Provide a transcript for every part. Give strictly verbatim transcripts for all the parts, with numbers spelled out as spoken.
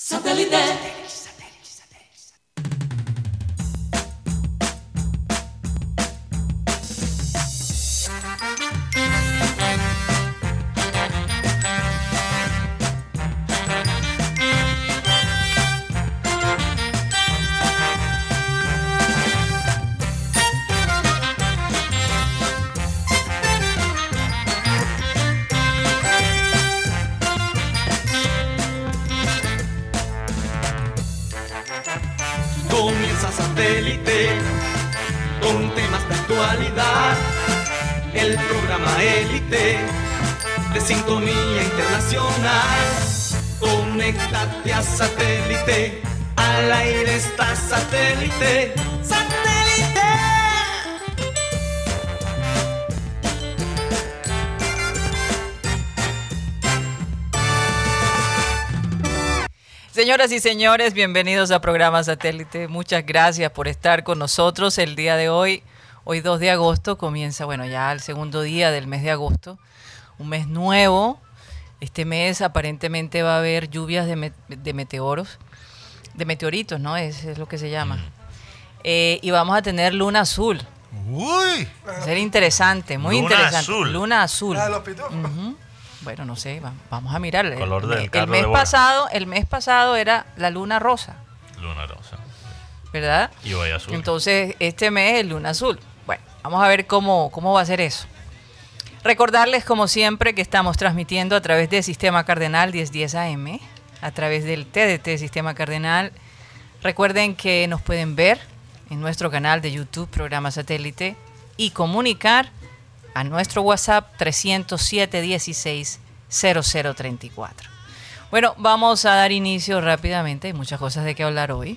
Satellite. Comienza Satélite con temas de actualidad, el programa élite de sintonía internacional. Conéctate a Satélite, al aire está Satélite. ¡Satélite! Señoras y señores, bienvenidos a Programa Satélite. Muchas gracias por estar con nosotros el día de hoy. Hoy dos de agosto comienza, bueno, ya el segundo día del mes de agosto. Un mes nuevo. Este mes aparentemente va a haber lluvias de, me de meteoros, de meteoritos, ¿no? Es, es lo que se llama. Mm. Eh, y vamos a tener luna azul. Uy. Va a ser interesante, muy luna interesante. Azul. Luna azul. La de los pitufos. Uh-huh. Bueno, no sé, vamos a mirar. El, color del el, carro el mes de boda. pasado, el mes pasado era la luna rosa, Luna rosa. ¿verdad? Y hoy azul. Entonces, este mes es luna azul. Bueno, vamos a ver cómo, cómo va a ser eso. Recordarles, como siempre, que estamos transmitiendo a través del Sistema Cardenal diez diez A M, a través del T D T Sistema Cardenal. Recuerden que nos pueden ver en nuestro canal de YouTube, Programa Satélite, y comunicar a nuestro WhatsApp trescientos siete dieciséis cero cero treinta y cuatro. Bueno, vamos a dar inicio rápidamente, hay muchas cosas de qué hablar hoy,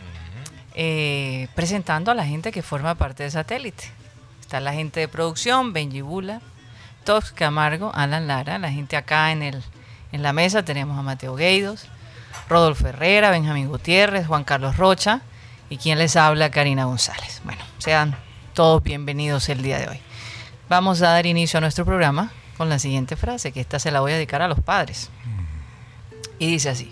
eh, presentando a la gente que forma parte de Satélite. Está la gente de producción, Benji Bula, Tox Camargo, Alan Lara, la gente acá en, el, en la mesa tenemos a Mateo Gueidos, Rodolfo Herrera, Benjamín Gutiérrez, Juan Carlos Rocha y quien les habla, Karina González. Bueno, sean todos bienvenidos el día de hoy. Vamos a dar inicio a nuestro programa con la siguiente frase, que esta se la voy a dedicar a los padres. Y dice así: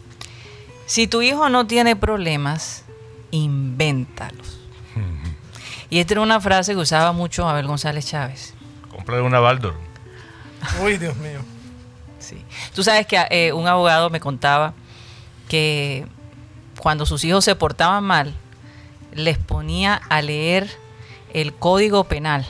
si tu hijo no tiene problemas, invéntalos. Y esta era una frase que usaba mucho Abel González Chávez. Compré una Baldor. Uy, Dios mío. Sí. Tú sabes que eh, un abogado me contaba que cuando sus hijos se portaban mal, les ponía a leer el Código Penal.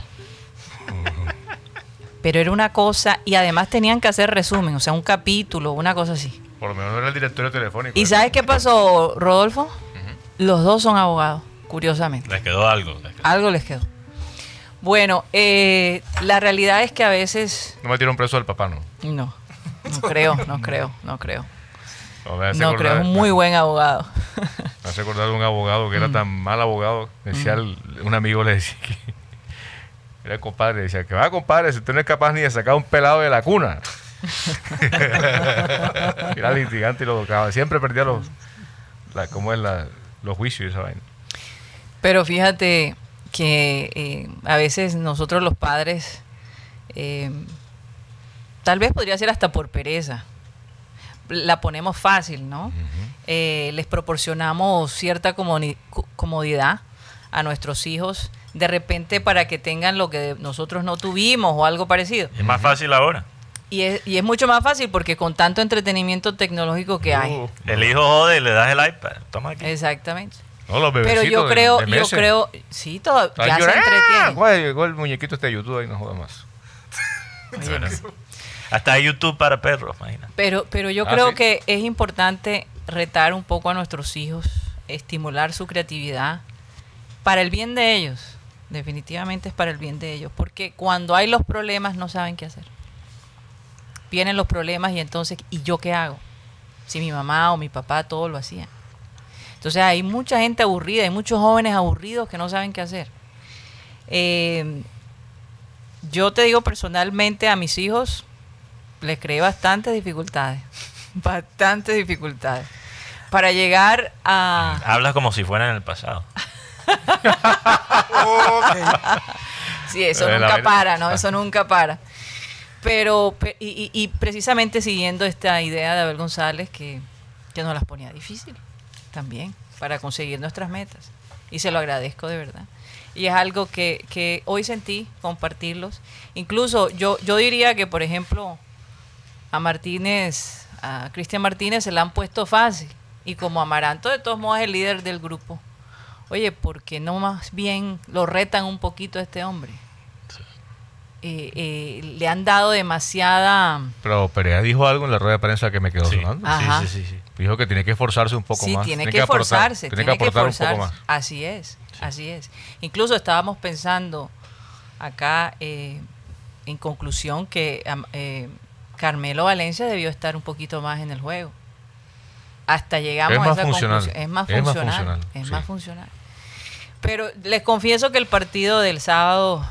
Pero era una cosa, y además tenían que hacer resumen, o sea, un capítulo, una cosa así. Por lo menos era el directorio telefónico. ¿Y sabes qué pasó, Rodolfo? Uh-huh. Los dos son abogados, curiosamente. Les quedó algo. Les quedó. Algo les quedó. Bueno, eh, la realidad es que a veces... No metieron preso al papá, ¿no? No, no creo, no creo, no creo. No, me hace No acordar, creo, es un muy buen abogado. Me hace acordar de un abogado que era tan mal abogado. Decía, el, un amigo le decía que... Era el compadre, decía que va, compadre, si usted no es capaz ni de sacar un pelado de la cuna. Era litigante y lo tocaba. Siempre perdía los, la, ¿cómo es la, los juicios y esa vaina. Pero fíjate que eh, a veces nosotros los padres, eh, tal vez podría ser hasta por pereza, la ponemos fácil, ¿no? Uh-huh. eh, les proporcionamos cierta comodi- comodidad a nuestros hijos, de repente para que tengan lo que nosotros no tuvimos o algo parecido. Es más fácil ahora. Y es, y es mucho más fácil porque con tanto entretenimiento tecnológico que hay. Uh, el hijo jode, le das el iPad. Toma aquí. Exactamente. No, los Pero yo de, creo, de yo creo, sí, todo, ya se entretienen. Güey, llegó el muñequito este de YouTube y no joda más. Oye, hasta hay YouTube para perros, imagina. Pero, pero yo ah, creo ¿sí? que es importante retar un poco a nuestros hijos, estimular su creatividad, para el bien de ellos. Definitivamente es para el bien de ellos, porque cuando hay los problemas no saben qué hacer. Vienen los problemas y entonces, ¿y yo qué hago? Si mi mamá o mi papá todo lo hacían. Entonces hay mucha gente aburrida, hay muchos jóvenes aburridos que no saben qué hacer. Eh, yo te digo personalmente, a mis hijos les creé bastantes dificultades, bastantes dificultades, para llegar a... Hablas como si fuera en el pasado. Okay. Sí, eso nunca para, ¿no? Eso nunca para. Pero, y, y, y precisamente siguiendo esta idea de Abel González, que que nos las ponía difícil también para conseguir nuestras metas. Y se lo agradezco de verdad. Y es algo que, que hoy sentí compartirlos. Incluso yo, yo diría que, por ejemplo, a Martínez, a Cristian Martínez se la han puesto fácil. Y como Amaranto de todos modos es el líder del grupo, oye, ¿por qué no más bien lo retan un poquito a este hombre? Eh, eh, le han dado demasiada... Pero Perea dijo algo en la rueda de prensa que me quedó Sí, sonando. Ajá. sí, sí, sí, sí. Dijo que tiene que esforzarse un poco Sí, más. tiene que aportar- esforzarse, tiene tiene que aportar un esforzarse. poco más. Así es, así es. Incluso estábamos pensando acá, eh, en conclusión, que am- eh, Carmelo Valencia debió estar un poquito más en el juego. Hasta llegamos Es a más esa funcional. conclusión. Es más Es más funcional. funcional, Es sí. más funcional. Pero les confieso que el partido del sábado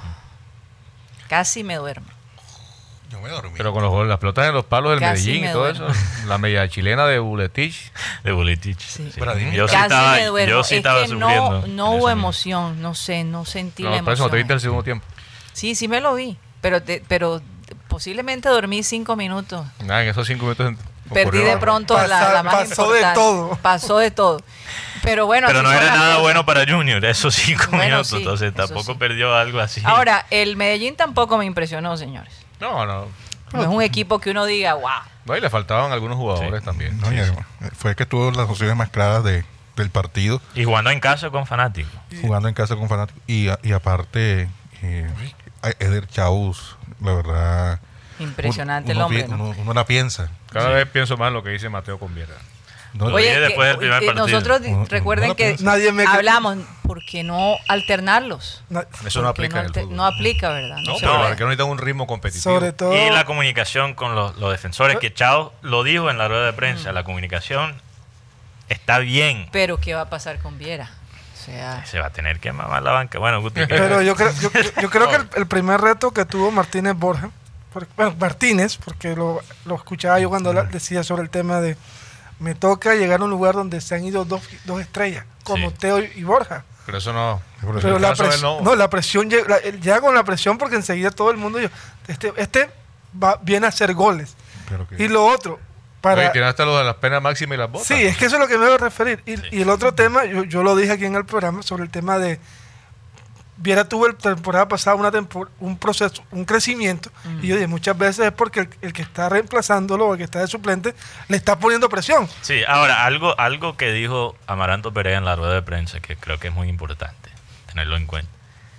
casi me duermo. Yo me dormí. Pero con los, las pelotas en los palos del Casi Medellín me y todo duermo. eso. La media chilena de Buletich. De Buletich. Sí. Sí. Pero dime, Yo sí Casi estaba, me duermo. yo sí es estaba que no, sufriendo. no en hubo ese emoción, no sé, no sentí No, la parece que no te emoción. viste el segundo tiempo. Sí, sí me lo vi, pero te- pero posiblemente dormí cinco minutos. Nada, en esos cinco minutos Perdí ocurrió- de pronto la, Pasa- la más pasó de importante. todo. Pasó de todo. Pero bueno, Pero así no son era las nada cosas. bueno para Junior, esos cinco Bueno, minutos. sí, entonces eso tampoco sí. perdió algo así. Ahora, el Medellín tampoco me impresionó, señores. No, no. No es un equipo que uno diga, wow. No, y le faltaban algunos jugadores Sí. también. No, y además, fue el que tuvo las opciones más claras de, del partido, Y jugando en casa con fanáticos. jugando en casa con fanáticos. Y, a- y aparte, eh, Eder Chaus, la verdad. Impresionante uno, el hombre, uno, ¿no? uno- uno la piensa. Cada Sí. vez pienso más en lo que dice Mateo Conviera. ¿no? Oye, después del primer eh, partido. nosotros di- Uno- recuerden uno que piensa. Nadie me- hablamos, ¿por qué no alternarlos? Na- Eso no Porque aplica en el alte- fútbol. no aplica, ¿verdad? No, se pero puede. es que no necesitan un ritmo competitivo. Sobre todo. Y la comunicación con los, los defensores, que Chao lo dijo en la rueda de prensa, la comunicación está bien. Pero ¿qué va a pasar con Viera? O sea, Se va a tener que mamar la banca. Bueno, Guti, ¿qué? Pero yo creo, yo, yo creo que el, el primer reto que tuvo Martínez Borja, por- bueno, Martínez, porque lo, lo escuchaba yo cuando la- decía sobre el tema de me toca llegar a un lugar donde se han ido dos, dos estrellas, como Sí. Teo y Borja. Pero eso no. Pero Pero el la, caso de él presión, no. no, la presión llega, la- él llega con la presión porque enseguida todo el mundo yo, este, este va, viene a hacer goles. Pero que- Y lo otro, para... Oye, tiene hasta lo de las penas máximas y las botas. Sí, es que eso es lo que me voy a referir. Y, Sí. y el otro tema, yo, yo lo dije aquí en el programa sobre el tema de Viera tuvo la temporada pasada una tempor- un proceso, un crecimiento, y yo dije, muchas veces es porque el, el que está reemplazándolo o el que está de suplente le está poniendo presión. Sí, ahora, algo, algo que dijo Amaranto Perea en la rueda de prensa, que creo que es muy importante tenerlo en cuenta.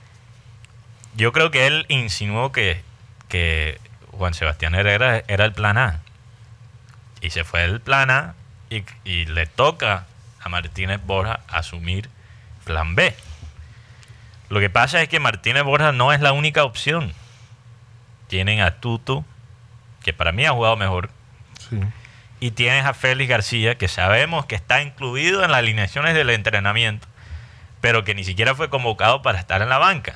Yo creo que él insinuó que, que Juan Sebastián Herrera era el plan A. Y se fue el plan A y, y le toca a Martínez Borja asumir plan B. Lo que pasa es que Martínez Borja no es la única opción. Tienen a Tutu, que para mí ha jugado mejor. sí. Y tienes a Félix García, que sabemos que está incluido en las alineaciones del entrenamiento, pero que ni siquiera fue convocado para estar en la banca.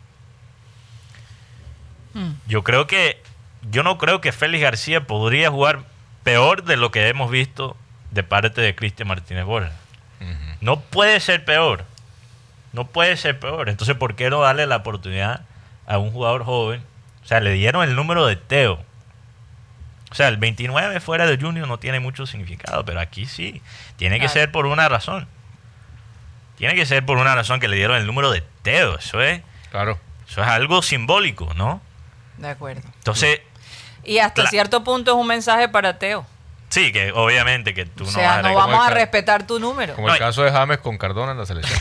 mm, Yo creo que, yo no creo que Félix García podría jugar peor de lo que hemos visto de parte de Cristian Martínez Borja. Ujú. No puede ser peor. No puede ser peor. Entonces, ¿por qué no darle la oportunidad a un jugador joven? O sea, le dieron el número de Teo. O sea, el veintinueve fuera de Junior no tiene mucho significado, pero aquí sí. Tiene que Claro. ser por una razón. Tiene que ser por una razón que le dieron el número de Teo. Eso es, Claro. eso es algo simbólico, ¿no? de acuerdo. Entonces, Y hasta Cla- cierto punto es un mensaje para Teo. sí, que obviamente que tú O no sea, vas a no recordar- vamos a el ca- respetar tu número. Como No, el y- caso de James con Cardona en la selección.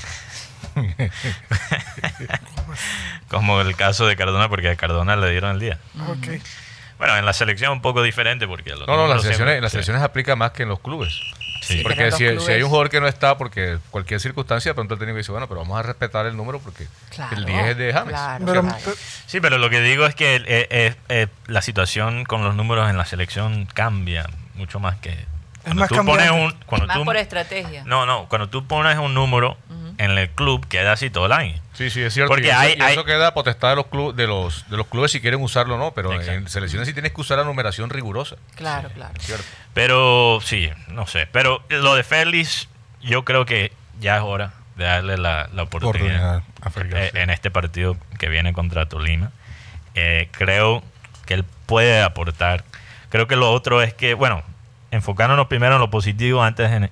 como el caso de Cardona, porque a Cardona le dieron el día. Ok. Bueno, en la selección un poco diferente porque los No, no, números las selecciones, siempre- en las sí. selecciones aplica más que en los clubes. Sí. pero Porque en los si, si hay clubes- un jugador que no está, porque cualquier circunstancia, de pronto el técnico dice, bueno, pero vamos a respetar el número porque Claro, el diez es de James. claro, Pero, claro. pero- Sí, pero lo que digo es que eh, eh, eh, la situación con los números en la selección cambia mucho más que cuando más tú pones cambiante. un cuando Más tú por estrategia. no no cuando tú pones un número Ujú. en el club queda así todo el año. Sí, sí, es cierto. Porque y eso, hay- y eso hay- queda potestad de los, club, de, los, de los clubes si quieren usarlo o no, pero en Exacto. selecciones sí tienes que usar la numeración rigurosa. Claro, claro. Es cierto. Pero sí, no sé. Pero lo de Félix, yo creo que ya es hora de darle la, la oportunidad Oportunidad a Félix eh, García. en este partido que viene contra Tolima. Eh, creo que él puede aportar. Creo que lo otro es que, bueno, enfocándonos primero en lo positivo antes de,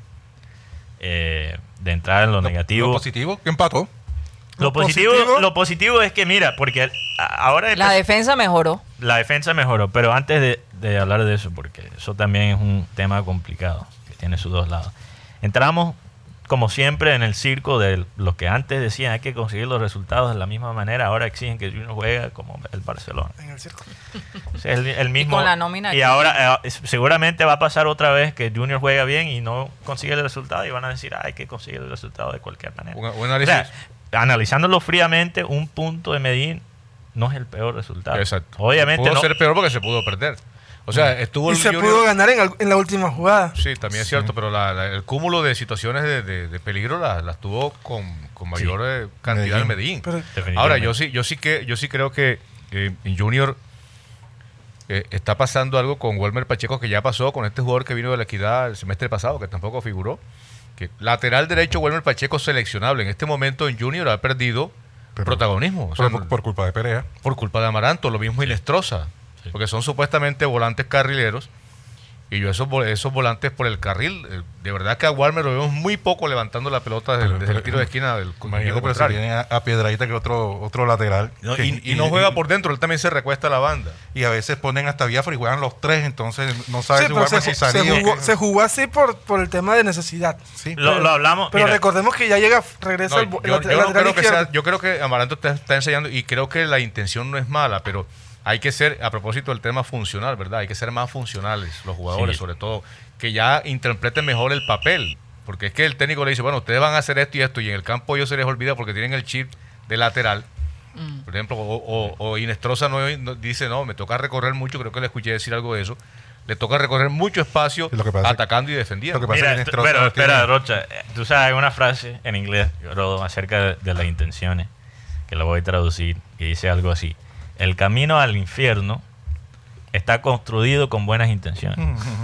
eh, de entrar en lo, Lo- negativo. Lo positivo, que empató. Lo Lo positivo, positivo- lo positivo es que, mira, porque a- ahora La empezó- defensa mejoró. la defensa mejoró, pero antes de, de hablar de eso, porque eso también es un tema complicado, que tiene sus dos lados. Entramos, como siempre, en el circo de los que antes decían hay que conseguir los resultados de la misma manera, ahora exigen que Junior juegue como el Barcelona. En el circo. O sea, el, el mismo, con la nómina y que ahora eh, seguramente va a pasar otra vez que Junior juega bien y no consigue el resultado y van a decir, "Ah, hay que conseguir el resultado de cualquier manera". Un, un O análisis. sea, analizándolo fríamente, un punto de Medellín no es el peor resultado. Exacto. Obviamente pudo no. ser peor porque se pudo perder. O sea, estuvo Y el se Junior- pudo ganar en, al- en la última jugada. Sí, también es cierto, pero la- la- el cúmulo de situaciones de, de- de peligro las las tuvo con, con mayor eh, cantidad en Medellín. Pero- Definitivamente. Ahora, yo sí, yo sí que, yo sí creo que eh, en Junior eh, está pasando algo con Walmer Pacheco que ya pasó con este jugador que vino de la Equidad el semestre pasado, que tampoco figuró. Que lateral derecho Walmer Pacheco seleccionable en este momento en Junior ha perdido Pero- protagonismo. O sea, Por, por culpa de Perea. por culpa de Amaranto, lo mismo Inestrosa, Sí. porque son supuestamente volantes carrileros y yo esos, vo- esos volantes por el carril, eh, de verdad que a Walmer lo vemos muy poco levantando la pelota desde, Pero- desde pero- el tiro de esquina del Imagínate, equipo pero si contrario. tiene a, a Piedradita que otro otro lateral. No, que- y, y no juega por dentro, él también se recuesta a la banda. Y a veces ponen hasta Biafra y juegan los tres, entonces no sabe Sí, si pero Walmer se, si se salía o jugó, qué. se jugó así por, por el tema de necesidad. Sí. Lo, lo hablamos. Pero mira, recordemos que ya llega, regresa No, el, yo, el, yo late- no lateral creo que izquierdo. sea- yo creo que Amaranto está, está enseñando y creo que la intención no es mala, pero hay que ser, a propósito del tema funcional, ¿verdad? Hay que ser más funcionales los jugadores, Sí. sobre todo, que ya interpreten mejor el papel. Porque es que el técnico le dice, bueno, ustedes van a hacer esto y esto, y en el campo ellos se les olvida porque tienen el chip de lateral. Mm. Por ejemplo, o, o, o Inestrosa no, no- dice, no, me toca recorrer mucho, creo que le escuché decir algo de eso. Le toca recorrer mucho espacio Y lo que pasa es- atacando y defendiendo. lo que pasa mira, es que tú- Inestrosa pero no espera, tiene- Rocha, eh, tú sabes, hay una frase en inglés Rodo, acerca de, de las intenciones, que lo voy a traducir, que dice algo así: el camino al infierno está construido con buenas intenciones.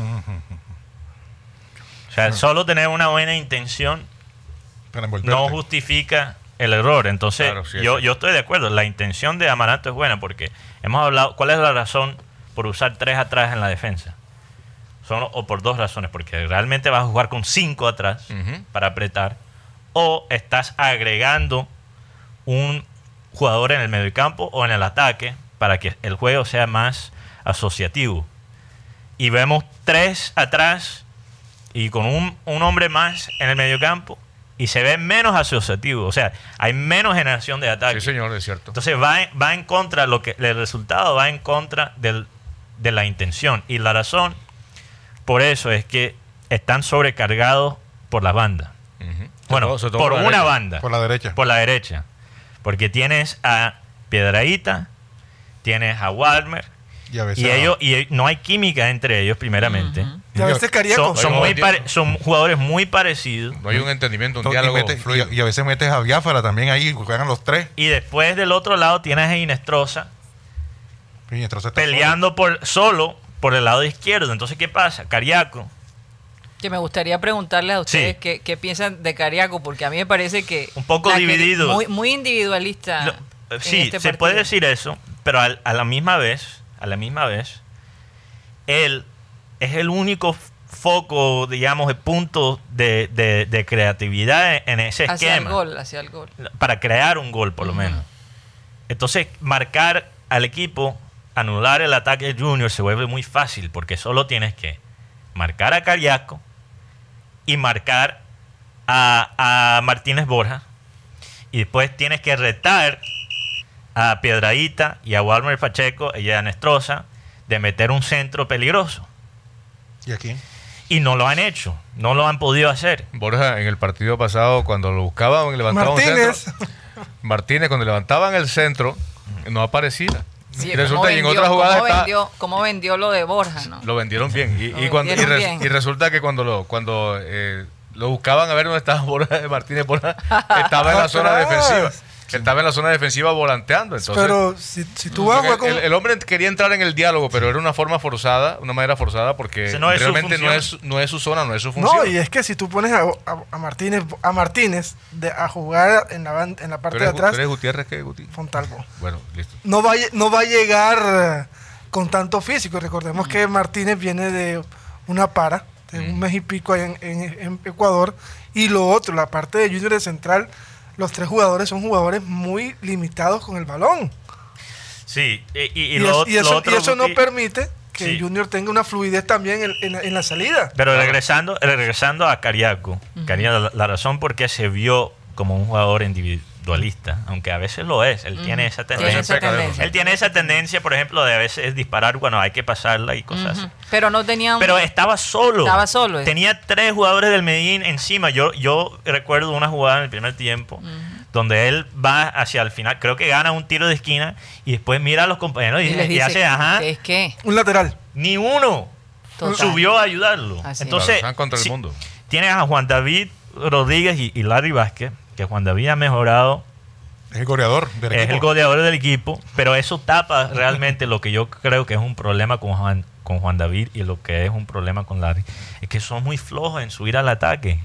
O sea, solo tener una buena intención Para envolverte. no justifica el error. Entonces, Claro, sí, yo, sí. yo estoy de acuerdo. La intención de Amaranto es buena porque hemos hablado. ¿Cuál es la razón por usar tres atrás en la defensa? Son o por dos razones. Porque realmente vas a jugar con cinco atrás Ujú. para apretar. O estás agregando un jugador en el mediocampo o en el ataque para que el juego sea más asociativo. Y vemos tres atrás y con un, un hombre más en el mediocampo y se ve menos asociativo. O sea, hay menos generación de ataque. Sí, señor, es cierto. Entonces va en, va en contra, lo que el resultado va en contra del, de la intención. Y la razón por eso es que están sobrecargados por las bandas. Ujú. Bueno, Sobre todo- sobre todo por la una derecha. banda. Por la derecha. Por la derecha. Porque tienes a Piedradita, tienes a Walmer, Y a veces y no. ellos y no hay química entre ellos primeramente. Ujú. Y a veces Cariaco. Son, son No, muy no, pare- son jugadores muy parecidos. No hay un entendimiento, un Y, diálogo metes- fluido. y- y a veces metes a Biafra también ahí, juegan los tres. Y después del otro lado tienes a Inestrosa Y Inestrosa está peleando por solo por el lado izquierdo. Entonces, ¿qué pasa? Cariaco. Que me gustaría preguntarles a ustedes Sí. qué, qué piensan de Cariaco, porque a mí me parece que... Un poco la que- dividido. Muy, muy individualista. Lo- en sí, este se partido. puede decir eso, pero al- a la misma vez, a la misma vez, él es el único f- foco, digamos, de punto de, de- de creatividad en, en ese Hacia el esquema. gol, hacia el gol. Para crear un gol, por lo Ujú. menos. Entonces, marcar al equipo, anular el ataque de Junior se vuelve muy fácil, porque solo tienes que marcar a Cariaco y marcar a, a Martínez Borja, y después tienes que retar a Piedradita y a Walmer Pacheco y a Nestrosa de meter un centro peligroso. ¿Y aquí? Y no lo han hecho, no lo han podido hacer. Borja, en el partido pasado, cuando lo buscaban, levantaban un Martínez. centro. Martínez, cuando levantaban el centro, no aparecía. Sí, y ¿cómo resulta que en vendió- otras jugadas cómo está- vendió, cómo vendió lo de Borja, ¿no? lo vendieron bien. Y, Lo y cuando, y, vendieron res- bien. y resulta que cuando lo cuando eh, lo buscaban a ver dónde estaba Borja de Martínez, Borja estaba en la zona Atrás. defensiva. Estaba en la zona defensiva volanteando. Entonces, Pero si, si tú vas a porque jugar con... el, el hombre quería entrar en el diálogo, pero era una forma forzada, una manera forzada, porque Ese no es su realmente no función. es, no es su zona, no es su función. No, y es que si tú pones a, a- a Martínez a Martínez de, a jugar en la, ban- en la ¿Tú parte eres, de atrás, tú eres Gutiérrez qué, Guti? Fontalvo. Bueno, listo. No va, a lle- no va a llegar eh, con tanto físico. Recordemos que Martínez viene de una para de un mes y pico allá en, en- en Ecuador. Y lo otro, la parte de Junior de central, los tres jugadores son jugadores muy limitados con el balón. Sí, y, y- y Y, lo, es- y lo eso, otro, y eso no Guti, permite que Sí. Junior tenga una fluidez también en, en la- en la salida. Pero regresando, regresando a Cariaco, Cariaco, la, la razón por qué se vio como un jugador individualista, aunque a veces lo es, él tiene esa Tiene tendencia. esa tendencia. Él tiene esa tendencia, por ejemplo, de a veces disparar cuando hay que pasarla y cosas así. Ujú. Pero no tenía un- Pero estaba solo. Estaba solo, eh. Tenía tres jugadores del Medellín encima. Yo, yo recuerdo una jugada en el primer tiempo donde él va hacia el final, creo que gana un tiro de esquina y después mira a los compañeros y, y les y dice hace, ajá, que es que Un lateral. ni uno Total. subió a ayudarlo. Así es. Entonces, Claro, están contra el sí, mundo. tienes a Juan David Rodríguez y, y Larry Vázquez, que Juan David ha mejorado, Es el goleador del es equipo. el goleador del equipo, pero eso tapa realmente lo que yo creo que es un problema con Juan, con Juan David y lo que es un problema con Larry. Es que son muy flojos en subir al ataque.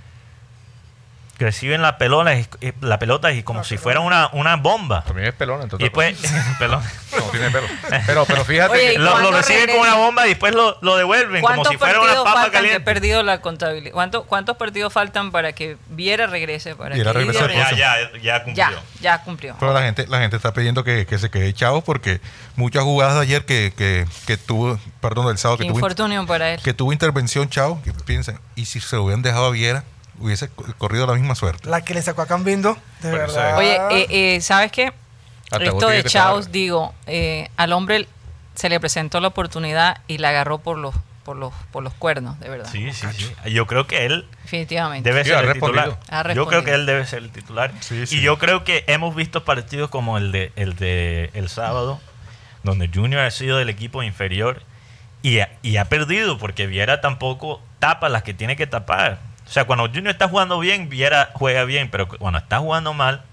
Reciben la pelota, y- y- la pelota y como si fuera una, una bomba. También es pelón, Y entonces. después, pelón. No tiene pelo. Pero, pero fíjate Oye, que. ¿y Lo, lo cuándo reciben regresa? con una bomba y después lo, lo devuelven como ¿cuántos si fuera una partidos papa faltan que he caliente. perdido la contabilidad? ¿Cuántos, ¿Cuántos partidos faltan para que Viera regrese? Para Viera que Lidia regrese al Ya, regrese? ya, ya cumplió. Ya, ya cumplió. Pero la gente, la gente está pidiendo que, que se quede Chavos porque muchas jugadas de ayer que, que, que tuvo, perdón, del sábado Qué que tuvo, infortunio para él. que tuvo intervención Chavos, que piensan, y si se lo hubieran dejado a Viera, hubiese co- corrido la misma suerte. La que le sacó a Cambindo, de Bueno, verdad. Oye, eh, eh, ¿sabes qué? Hasta Esto vos de tienes que Chaos, pagar. digo, eh, al hombre se le presentó la oportunidad y la agarró por los, por los, por los cuernos, de verdad. Sí, sí, sí. Yo creo que él Definitivamente. debe Sí, ser ha el respondido. titular. Ha Yo respondido. creo que él debe ser el titular. Sí, sí. Y yo creo que hemos visto partidos como el de el de el sábado, donde Junior ha sido del equipo inferior y ha, y ha perdido porque Viera tampoco tapa las que tiene que tapar. O sea, cuando Junior está jugando bien, Viera juega bien, pero cuando está jugando mal,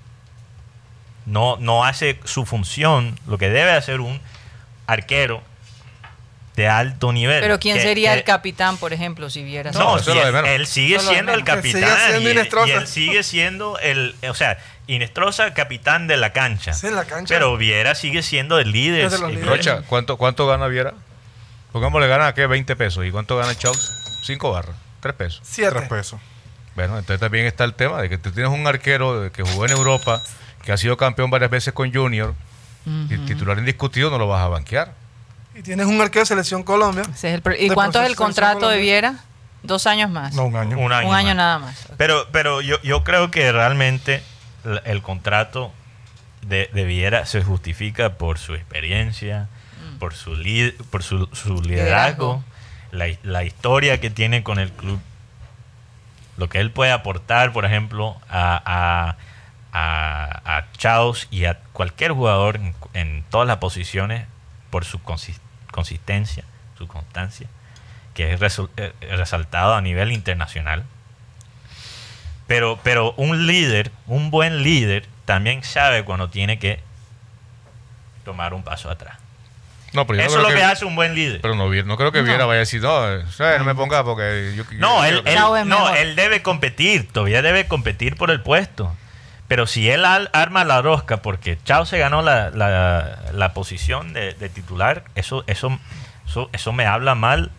no, no hace su función, lo que debe hacer un arquero de alto nivel. Pero ¿quién Que- sería que- el capitán, por ejemplo, si Viera? no, eso sí, es lo de él, menos. él sigue Eso es lo de siendo el menos. Que siga capitán siendo y, él, Inestrosa. y él sigue siendo el, o sea, Inestrosa capitán de la cancha. Sí, en la cancha. Pero Viera sigue siendo el líder. Es de los Y- líderes. Rocha, ¿cuánto, ¿cuánto gana Viera? Pongámosle, gana a qué, veinte pesos. ¿Y cuánto gana Chaus? cinco barras, tres pesos. Siete. Tres pesos. Bueno, entonces también está el tema de que tú tienes un arquero de- que jugó en Europa, que ha sido campeón varias veces con Junior, y titular indiscutido no lo vas a banquear. Y tienes un arquero de selección Colombia. Ese es el pro- ¿Y de cuánto es el proceso de contrato de Colombia. Viera? Dos años más. No, un año. un año, Un año más. nada más. Pero, pero yo, yo creo que realmente el, el contrato de, de Viera se justifica por su experiencia, por su lid- por su, su liderazgo, Liderazgo. la, la historia que tiene con el club, lo que él puede aportar, por ejemplo, a, a, a, a Chaos y a cualquier jugador en, en todas las posiciones por su consis- consistencia, su constancia, que es resu- eh, resaltado a nivel internacional. Pero, pero un líder, un buen líder, también sabe cuando tiene que tomar un paso atrás. No, pero yo Eso no es creo lo que, que, hace un buen líder. Pero no, vi- no creo que Viera vaya a decir, no, eh, ¿sabes? no me ponga porque yo, yo- No, yo- él, yo- él- Chao es no, mejor. él debe competir, todavía debe competir por el puesto. Pero si él al- arma la rosca porque Chao se ganó la, la, la posición de, de titular, eso, eso, eso, eso me habla mal.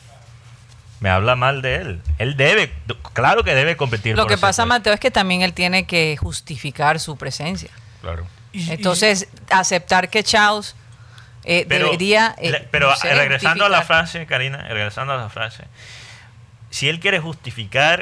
Me habla mal de él. Él debe, claro que debe competir. Lo por que ese pasa, puesto. Mateo, es que también él tiene que justificar su presencia. Claro. Y- Entonces, aceptar que Chaos eh, Pero, debería... eh, le- pero no sé, regresando a la justificar. frase, Karina, regresando a la frase, si él quiere justificar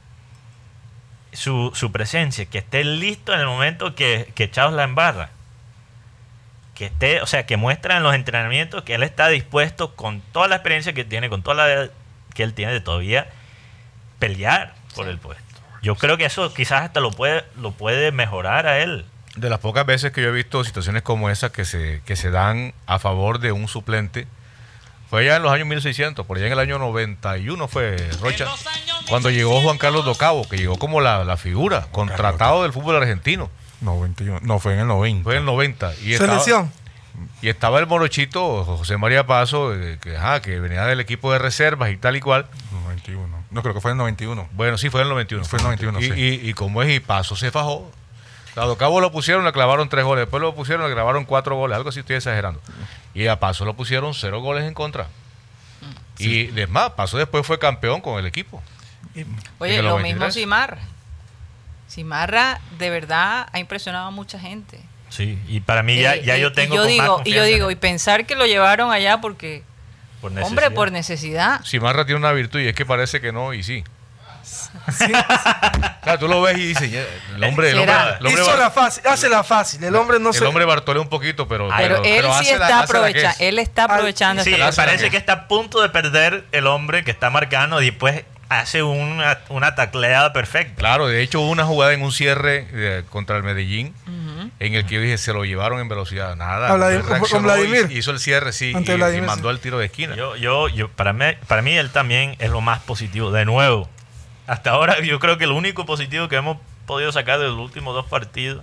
su, su presencia, que esté listo en el momento que, que Chaos la embarra, que esté, o sea, que muestra en los entrenamientos que él está dispuesto con toda la experiencia que tiene, con toda la edad que él tiene de todavía pelear por Sí. el puesto. Yo creo que eso quizás hasta lo puede, lo puede mejorar a él. De las pocas veces que yo he visto situaciones como esas que se, que se dan a favor de un suplente, fue ya en los años mil seiscientos, por allá en el año noventa y uno fue, Rocha, cuando llegó Juan Carlos Docabo, que llegó como la, la figura, contratado del fútbol argentino. noventa y uno. No, fue en el noventa. Fue en el noventa. Y estaba, Selección. y estaba el morochito José María Paso, eh, que, ajá, que venía del equipo de reservas y tal y cual. noventa y uno. No, creo que fue en el noventa y uno. Bueno, sí, fue en el noventa y uno. Fue en el noventa y uno, y, sí. y, y como es, y Paso se fajó. A Docabo lo pusieron, le clavaron tres goles. Después lo pusieron, le clavaron cuatro goles. Algo así estoy exagerando. Y a Paso lo pusieron cero goles en contra. Y además, pasó después, fue campeón con el equipo. Y- Oye, en el lo noventa y mismo tres. Simarra. Simarra de verdad ha impresionado a mucha gente. Sí, y para mí ya, Eh, ya eh, yo tengo y yo con más digo, y yo confianza digo, en y él, pensar que lo llevaron allá porque, por hombre, necesidad. por necesidad. Simarra tiene una virtud y es que parece que no, y sí. Claro, tú lo ves y dices, ya, el hombre, el hombre, ¿Será? el hombre, Hizo Bar- la fácil, hace la fácil. El hombre no el se. hombre bartolea un poquito, pero, Pero, él sí hace la- está hace la que aprovechando, es. él está aprovechando Sí, esta Claro, parece claro. que está a punto de perder el hombre que está marcando y después hace una, una tacleada perfecta. Claro, de hecho hubo una jugada en un cierre eh, contra el Medellín Ujú. en el que yo dije, se lo llevaron en velocidad. Nada. A Vladim- él reaccionó con Vladimir. y hizo el cierre, sí, Ante y, y Vladimir, mandó sí. el tiro de esquina. Yo, yo, yo, para mí, para mí él también es lo más positivo. De nuevo, hasta ahora yo creo que el único positivo que hemos podido sacar de los últimos dos partidos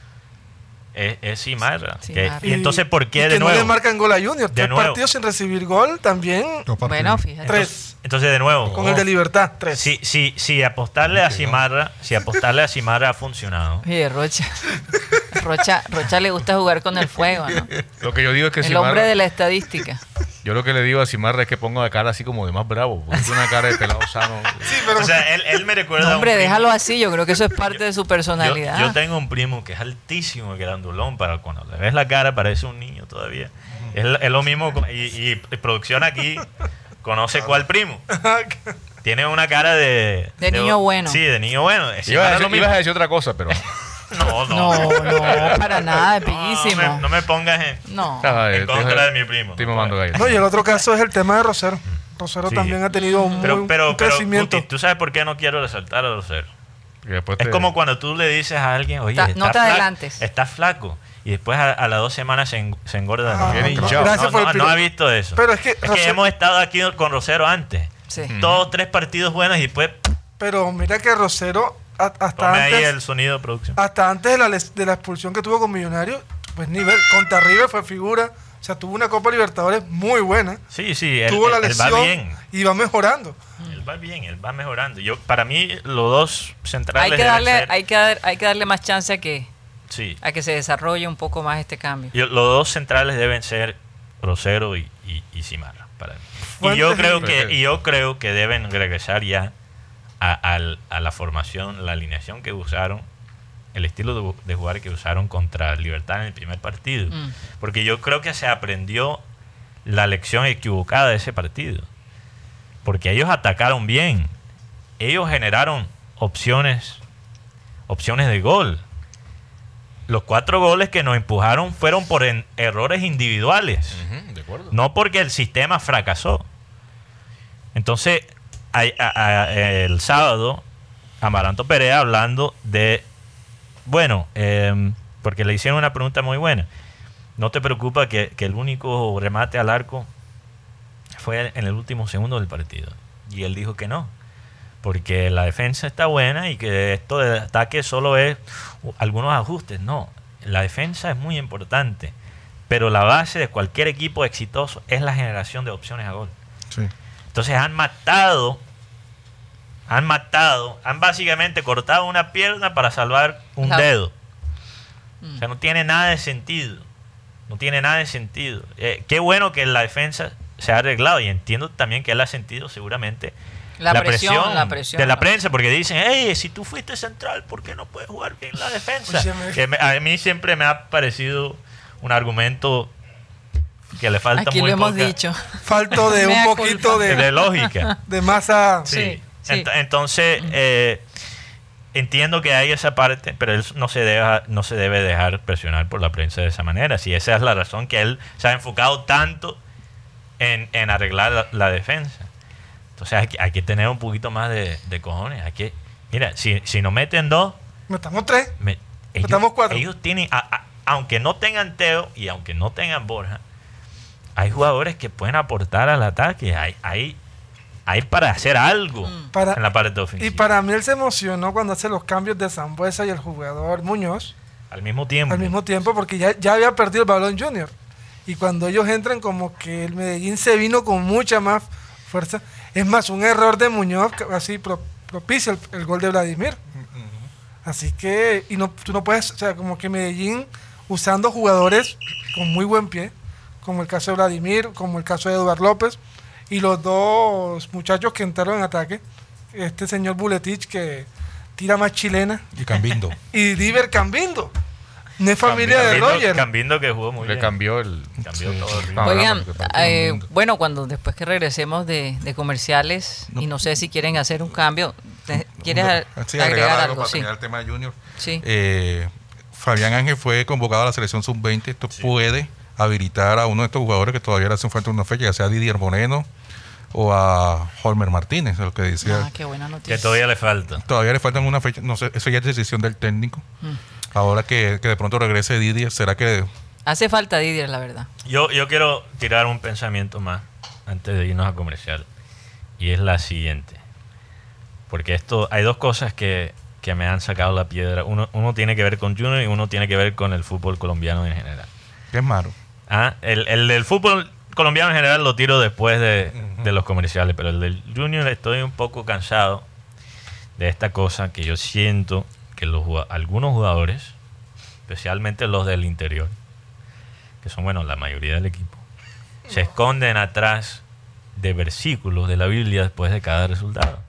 es, es Simarra. Simarra. Que- y entonces, ¿por y qué que de no nuevo? le marcan gol a Junior. De Tres nuevo. partidos sin recibir gol también. Dos partidos. Bueno, fíjate. Tres. Entonces, de nuevo, Con el de Libertad. Tres. si, si, si apostarle a Simarra, si apostarle a Simarra ha funcionado. Oye, Rocha. Rocha, Rocha le gusta jugar con el fuego, ¿no? Lo que yo digo es que El Simarra, hombre de la estadística. yo lo que le digo a Simarra es que ponga la cara así como de más bravo, porque tiene una cara de pelado sano. Sí, pero O sea, él, él me recuerda No, a un hombre, primo. déjalo así. Yo creo que eso es parte de su Yo, personalidad. yo tengo un primo que es altísimo, grandulón, para cuando le ves la cara parece un niño todavía. Es, lo- es lo mismo, con- y, y producción aquí conoce cuál primo. Tiene una cara de... De niño bueno. Sí, de niño bueno. Es Ibas a, lo decir, mismo. ibas a decir otra cosa, pero... No, no. No, no, para nada, es No, no bellísimo. me, no me pongas en, No. Ah, en eh, contra estoy- de mi primo. Estoy no mamando puedo. galletas. No, y el otro caso es el tema de Rosero. Rosero Sí. también ha tenido un, Pero, muy- pero, un pero, crecimiento. Guti, ¿tú sabes por qué no quiero resaltar a Rosero? Y después Es te- como cuando tú le dices a alguien, oye, Ta- está no te flaco, adelantes. está flaco. Y después a, a las dos semanas se, en- se engorda. Ah, de Bien nuevo. hinchado. Gracias no, por el no, pilo- no ha visto eso. Pero es que es que Rosero- hemos estado aquí con Rosero antes. Sí. Todos tres partidos buenos y después Pero mira que Rosero, a- hasta tome ahí antes, el sonido de producción. hasta antes de la, les- de la expulsión que tuvo con Millonarios, pues nivel, contra River fue figura. O sea, tuvo una Copa Libertadores muy buena. Sí, sí, él, tuvo la él- él lesión va bien. y va mejorando. Él va bien, él va mejorando. Yo, para mí, los dos centrales Hay que deben darle, ser- hay que dar- hay que darle más chance a que, sí. a que se desarrolle un poco más este cambio. Yo- los dos centrales deben ser Rosero y, y, y Simarra para mí. Y Fuentes yo y- creo que y yo creo que deben regresar ya a, al- a la formación, la alineación que usaron, el estilo de, de jugar que usaron contra Libertad en el primer partido. Mm. Porque yo creo que se aprendió la lección equivocada de ese partido. Porque ellos atacaron bien. Ellos generaron opciones, opciones de gol. Los cuatro goles que nos empujaron fueron por en- errores individuales. Ujú, de acuerdo. No porque el sistema fracasó. Entonces, hay- a- a- el sábado, Amaranto Perea hablando de, bueno, em, porque le hicieron una pregunta muy buena. ¿No te preocupa que, que el único remate al arco fue en el último segundo del partido? Y él dijo que no, porque la defensa está buena y que esto de ataque solo es uh, algunos ajustes. No, la defensa es muy importante, pero la base de cualquier equipo exitoso es la generación de opciones a gol. Sí. Entonces han matado, han matado, han básicamente cortado una pierna para salvar un La- dedo. Mm. O sea, no tiene nada de sentido. No tiene nada de sentido. Eh, qué bueno que la defensa se ha arreglado y entiendo también que él ha sentido seguramente La presión, la presión, de la la- prensa, porque dicen, hey, si tú fuiste central, ¿por qué no puedes jugar bien la defensa? Oye, me- Que me- a mí siempre me ha parecido un argumento que le falta Aquí muy lo hemos poca- dicho. Falto de un Mea poquito culpa. de, de, lógica. de masa. Sí. Sí, Ent- sí. entonces, eh, entiendo que hay esa parte, pero él no se, deja, no se debe dejar presionar por la prensa de esa manera. Si esa es la razón que él se ha enfocado tanto en, en arreglar la, la defensa. Entonces hay que, hay que tener un poquito más de, de cojones. Hay que, mira, si, si nos meten dos, Metamos tres. me- ellos, Metamos cuatro. ellos tienen, a- a- aunque no tengan Teo y aunque no tengan Borja, hay jugadores que pueden aportar al ataque. Hay, hay, hay para hacer algo Mm. Para- en la parte ofensiva. Y para mí él se emocionó cuando hace los cambios de Sambuesa y el jugador Muñoz al mismo tiempo. al mismo tiempo porque ya, ya había perdido el balón Junior. Y cuando ellos entran como que el Medellín se vino con mucha más fuerza. Es más, un error de Muñoz que así pro- propicia el, el gol de Vladimir. Así que, y no, tú no puedes, o sea, como que Medellín usando jugadores con muy buen pie, como el caso de Vladimir, como el caso de Eduardo López, y los dos muchachos que entraron en ataque, este señor Buletich que tira más chilena Y Cambindo. y Diver Cambindo. No es familia de Cambindo, Roger. Cambindo que jugó muy Le bien. cambió el... Cambió sí. todo el ritmo. No, Oigan, hablamos, que partido eh, lindo. bueno, cuando después que regresemos de, de comerciales, y no sé si quieren hacer un cambio, te- ¿quieres a- Sí, agregar algo? para Sí. terminar el tema de Junior. Sí. Eh, Fabián Ángel fue convocado a la selección sub veinte. Esto puede habilitar a uno de estos jugadores que todavía le hacen falta una fecha, ya sea a Didier Moreno o a Holmer Martínez, lo que decía. Ah, qué buena noticia. Que todavía le falta. Todavía le faltan una fecha, no sé, eso ya es decisión del técnico. Mm. Ahora que, que de pronto regrese Didier, ¿será que Hace falta Didier, la verdad. Yo, yo quiero tirar un pensamiento más antes de irnos a comercial. Y es la siguiente. Porque esto, hay dos cosas que, que me han sacado la piedra. Uno, uno tiene que ver con Junior y uno tiene que ver con el fútbol colombiano en general. qué es malo? Ah, el, el del fútbol colombiano en general lo tiro después de, de los comerciales, pero el del Junior estoy un poco cansado de esta cosa que yo siento que los jugad- algunos jugadores, especialmente los del interior, que son, bueno, la mayoría del equipo, se esconden atrás de versículos de la Biblia después de cada resultado.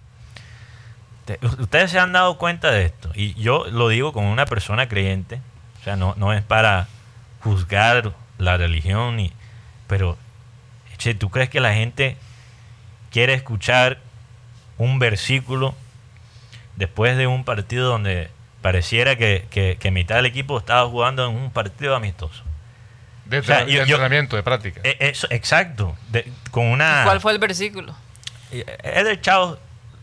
Te- Ustedes se han dado cuenta de esto, y yo lo digo como una persona creyente, o sea, no, no es para juzgar la religión, ni, pero, che, ¿tú crees que la gente quiere escuchar un versículo después de un partido donde pareciera que, que, que mitad del equipo estaba jugando en un partido amistoso? De, O sea, de yo- yo- entrenamiento, de práctica. Eh, Eso, exacto, de- con una... ¿Cuál fue el versículo? Eder Chao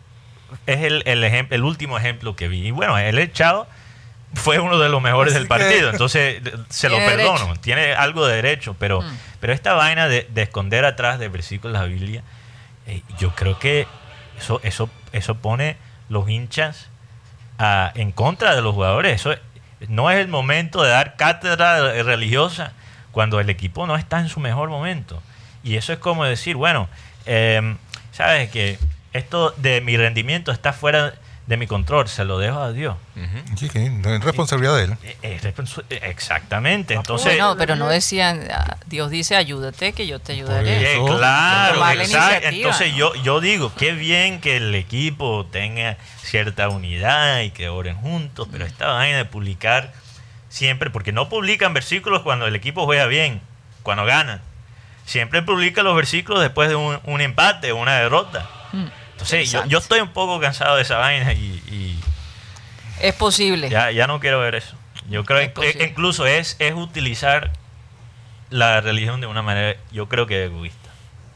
es el, el, ejem- el último ejemplo que vi. Y bueno, Eder Chao fue uno de los mejores Así del que- partido, entonces se lo Tiene perdono, derecho. tiene algo de derecho, pero, Mm. pero esta vaina de, de esconder atrás de versículos de la Biblia, eh, yo creo que eso, eso, eso pone los hinchas ah, en contra de los jugadores. Eso es- no es el momento de dar cátedra eh, religiosa cuando el equipo no está en su mejor momento. Y eso es como decir, bueno, eh, sabes que esto de mi rendimiento está fuera de mi control, se lo dejo a Dios. Ujú. Sí, que no es responsabilidad de él. Eh, eh, responsu- eh, Exactamente. Entonces, Bueno, pero no decían, ah, Dios dice, ayúdate que yo te ayudaré. eh, eso, claro, tomar la exacto. iniciativa, Entonces ¿no? yo, yo digo, qué bien que el equipo tenga cierta unidad y que oren juntos, pero esta vaina de publicar siempre, porque no publican versículos cuando el equipo juega bien, cuando gana. Siempre publican los versículos después de un, un empate o una derrota. Mm. Entonces yo, Exacto. yo estoy un poco cansado de esa vaina y, y Es posible. ya, ya no quiero ver eso. Yo creo Es que posible. eh, incluso es, es utilizar la religión de una manera, yo creo que egoísta.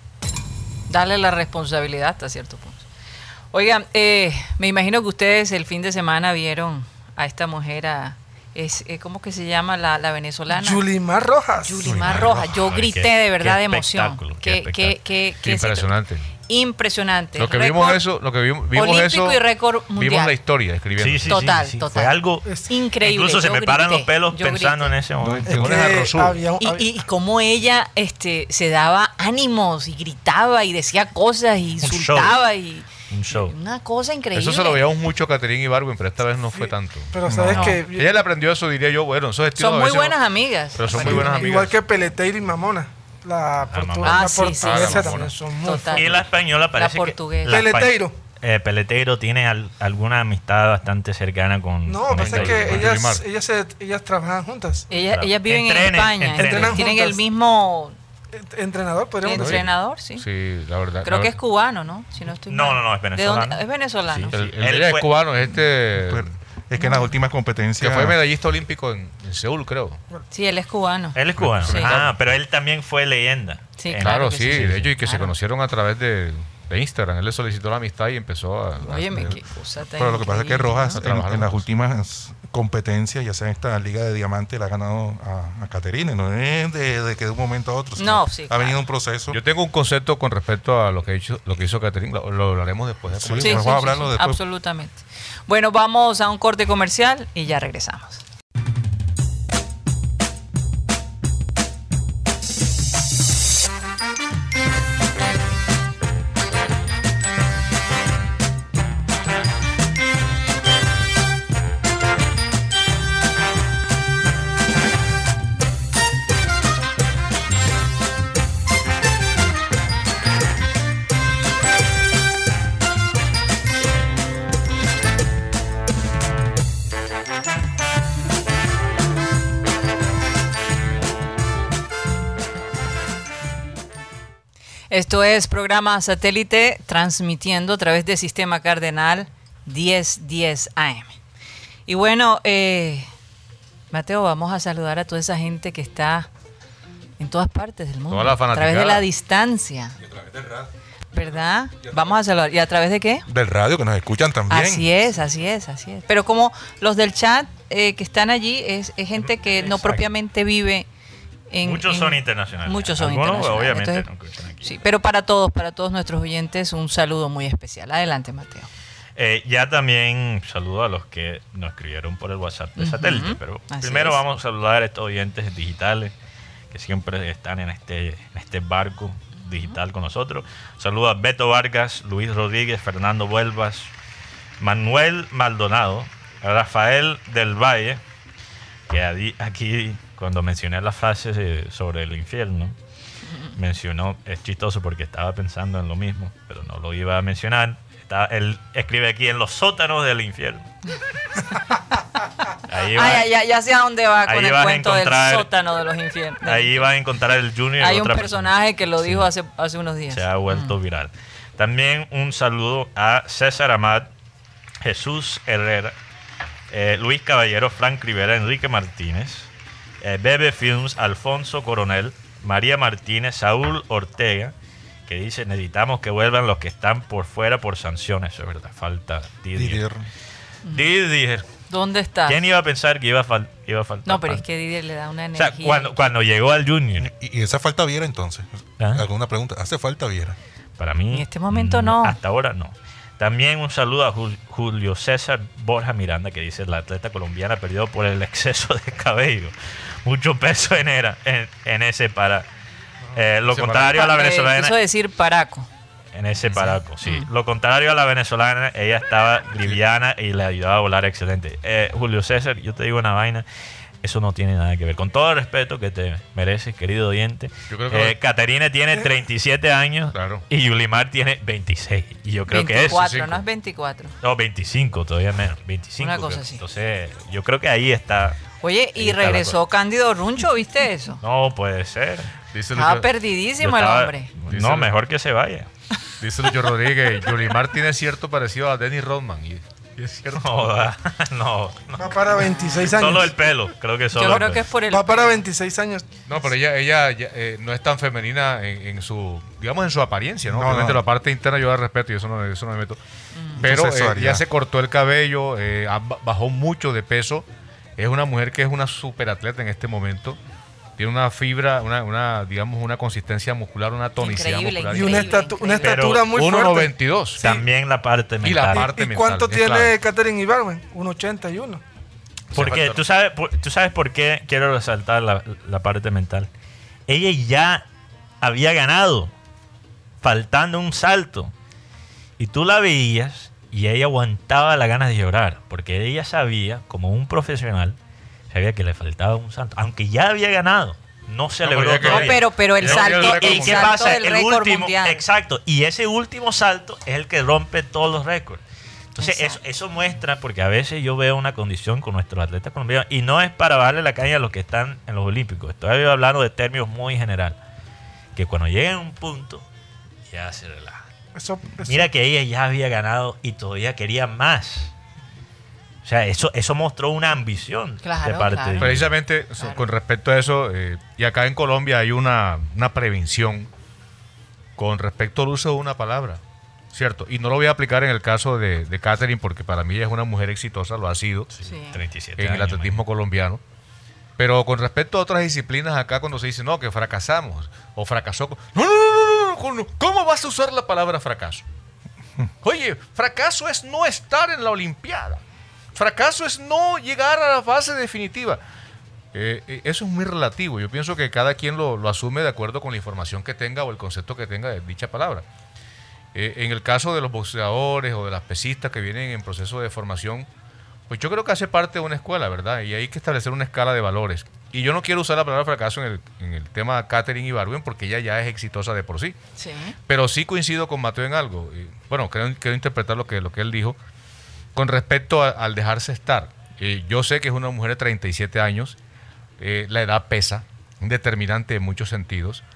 Darle la responsabilidad hasta cierto punto. Oigan, eh, me imagino que ustedes el fin de semana vieron a esta mujer, a, es, eh, ¿cómo que se llama la, la venezolana? Yulimar Rojas. Yulimar Rojas. Yo Ay, grité qué- de verdad qué de emoción. espectáculo, qué Qué, espectáculo. qué- qué- Sí, qué impresionante. Impresionante. Lo que Récord vimos eso, lo que vimos, vimos olímpico eso, y récord vimos mundial. la historia escribiendo. Sí, sí, Total, sí, sí. total. Fue algo Es Increíble. incluso se yo me paran grité, los pelos yo pensando grité. en ese momento. Es Te pones a que Rosú. había un- Y, y, y cómo ella este, se daba ánimos y gritaba y decía cosas y show. insultaba y Un show. una cosa increíble. Eso se lo veíamos mucho a Caterine Ibargüen, pero esta vez no fue Sí, tanto. Pero sabes No. que Ella le aprendió eso, diría yo, bueno, esos estilos Son a muy veces buenas no- amigas. pero son muy buenas amigas. igual que Peleteiro y Mamona. La, portu- Mamona. la Ah, sí, sí, portuguesa sí, sí. también son muy Total. Y la española parece portuguesa. que... la espa- Peleteiro. eh, Peleteiro tiene al- alguna amistad bastante cercana con... No, con pasa esta que Yulimar. ellas, Yulimar. ellas, se, ellas trabajan juntas. Ellas, Claro. ellas viven Entrenen, en España. entrenen. Tienen el Juntas. mismo Ent- Entrenador, podríamos decir. entrenador, sí. Sí, la verdad. Creo la que es verdad. cubano, ¿no? Si no estoy No, mal. no, no, es ¿De venezolano. dónde? Es venezolano. Sí. El, el Él de ella fue- es cubano, es este. Pero es que en las últimas competencias. Que fue medallista olímpico en, en Seúl, creo. Sí, él es cubano. Él es cubano. Sí. Ah, pero él también fue leyenda. Sí, En- claro Claro, que sí, sí, sí, de sí, hecho, y que se claro. conocieron a través de, de Instagram. Él le solicitó la amistad y empezó a. a- Óyeme, a- qué cosa tan Pero lo que pasa es que increíble, Rojas ¿no? ¿no? en, Trabajaron en las juntos. últimas competencias, ya sea en esta Liga de Diamante, le ha ganado a, a Caterine. No es de, de que de un momento a otro. sino No, sí, Ha claro. venido un proceso. Yo tengo un concepto con respecto a lo que, hizo, lo que hizo Caterine. Lo, lo hablaremos después. de Sí, comer. Sí, Vamos sí, a sí, hablarlo sí, después. absolutamente. Bueno, vamos a un corte comercial y ya regresamos. Esto es programa satélite transmitiendo a través de Sistema Cardenal diez diez A M. Y bueno, eh, Mateo, vamos a saludar a toda esa gente que está en todas partes del mundo. Toda la a través de fanaticada. la distancia. Y a través del radio. ¿Verdad? Vamos a saludar. ¿Y a través de qué? Del radio, que nos escuchan también. Así es, así es, así es. Pero como los del chat eh, que están allí es, es gente que no Exacto. propiamente vive en... Muchos en- son internacionales. Muchos son Algunos, internacionales. obviamente, Entonces, no escuchan aquí. sí, pero para todos, para todos nuestros oyentes, un saludo muy especial. Adelante, Mateo. Eh, ya también saludo a los que nos escribieron por el WhatsApp de Ujú, satélite, pero así primero es. vamos a saludar a estos oyentes digitales que siempre están en este, en este barco digital con nosotros. Saludo a Beto Vargas, Luis Rodríguez, Fernando Vuelvas, Manuel Maldonado, a Rafael del Valle, que adi- aquí cuando mencioné la frase eh, sobre el infierno, mencionó, es chistoso porque estaba pensando en lo mismo, pero no lo iba a mencionar. Está- él escribe aquí en los sótanos del infierno. Ahí va, Ah, ya, ya, ya sé a dónde va ahí con el vas a cuento del encontrar- sótano de los infiernos. ahí va a encontrar el Junior. Hay un otra personaje que lo Sí. dijo hace, hace unos días. Se ha vuelto viral. También un saludo a César Amat, Jesús Herrera, eh, Luis Caballero, Frank Rivera, Enrique Martínez, eh, Bebe Films, Alfonso Coronel, María Martínez, Saúl Ortega, que dice, necesitamos que vuelvan los que están por fuera por sanciones. Eso es verdad, falta Didier. Didier. Didier. ¿Dónde está? ¿Quién iba a pensar que iba a, fal- iba a faltar? No, pero es tanto? que Didier le da una O energía. sea, cuando, cuando llegó al Junior, Y, y esa falta Viera entonces. ¿Ah? ¿Alguna pregunta? ¿Hace falta Viera? para mí... En este momento mm, no. Hasta ahora no. También un saludo a Jul- Julio César Borja Miranda, que dice, la atleta colombiana perdió por el exceso de cabello. Mucho peso en, era, en, en ese para... eh, lo Se contrario a la Eh, venezolana... quiso decir paraco. En ese paraco, sí. Mm. Lo contrario a la venezolana, ella estaba liviana y le ayudaba a volar excelente. Eh, Julio César, yo te digo una vaina, eso no tiene nada que ver. Con todo el respeto que te mereces, querido oyente. Yo creo que- eh, Caterine tiene treinta y siete años Claro. y Yulimar tiene veintiséis. Y yo creo que eso... veinticuatro, no es veinticuatro. No, veinticinco, todavía menos. veinticinco. Una cosa creo. así. Entonces, yo creo que ahí está. Oye, Ahí y está la regresó Cándido Runcho, ¿viste eso? No puede ser. Dice Estaba Lucho, perdidísimo Yo el estaba- hombre. No, Dice- mejor que se vaya. dice Lucho Rodríguez, Yulimar tiene cierto parecido a Dennis Rodman. Y, y es cierto. No, da- no, no. Va para veintiséis años. Solo el pelo, creo que solo Yo el creo pelo. que es por el... Va para veintiséis años. No, pero ella, ella ya, eh, no es tan femenina en, en su, digamos, en su apariencia, ¿no? No, Obviamente no. la parte interna yo la respeto y eso no, eso no me meto. Pero Entonces, eh, Soria. ya se cortó el cabello, eh, ha- bajó mucho de peso. Es una mujer que es una superatleta en este momento. Tiene una fibra, una, una digamos, una consistencia muscular, una tonicidad Increíble, muscular. Y una, Increíble, estatu- una increíble. estatura muy uno fuerte. noventa y dos. También la parte Y la mental. parte- ¿Y mental, cuánto es tiene clave. Katherine Ibarwen? uno ochenta y uno. Porque falta- tú sabes, por- tú sabes por qué quiero resaltar la, la parte mental. Ella ya había ganado, faltando un salto. Y tú la veías y ella aguantaba las ganas de llorar. Porque ella sabía, como un profesional, sabía que le faltaba un salto. Aunque ya había ganado, no No, celebró pero ya que- No, todavía. pero, pero el No, salto, el récord el ¿Y qué mundial. salto pasa? del El récord último, mundial. exacto. Y ese último salto es el que rompe todos los récords. Entonces, eso, Exacto. eso muestra, porque a veces yo veo una condición con nuestros atletas colombianos, y no es para darle la caña a los que están en los Olímpicos. Estoy hablando de términos muy general. Que cuando lleguen a un punto, ya se relaja. Eso, eso- Mira que ella ya había ganado y todavía quería más. O sea, eso, eso mostró una ambición Claro, de parte claro. de ella. Precisamente so- Claro. con respecto a eso, eh, y acá en Colombia hay una, una prevención con respecto al uso de una palabra, ¿cierto? Y no lo voy a aplicar en el caso de, de Katherine porque para mí ella es una mujer exitosa, lo ha sido Sí. treinta y siete en el años, atletismo colombiano. Pero con respecto a otras disciplinas acá cuando se dice, no, que fracasamos o fracasó. con- No, no, no, no, no, no, ¿cómo vas a usar la palabra fracaso? Oye, fracaso es no estar en la Olimpiada. Fracaso es no llegar a la fase definitiva. Eh, eh, eso es muy relativo. Yo pienso que cada quien lo, lo asume de acuerdo con la información que tenga o el concepto que tenga de dicha palabra. Eh, en el caso de los boxeadores o de las pesistas que vienen en proceso de formación, pues yo creo que hace parte de una escuela, ¿verdad? Y hay que establecer una escala de valores. Y yo no quiero usar la palabra fracaso en el, en el tema Katherine Ibargüen porque ella ya es exitosa de por sí. Sí. Pero sí coincido con Mateo en algo. Y, bueno, quiero, quiero interpretar lo que, lo que él dijo con respecto a- al dejarse estar. Eh, yo sé que es una mujer de treinta y siete años. Eh, la edad pesa, un determinante en muchos sentidos.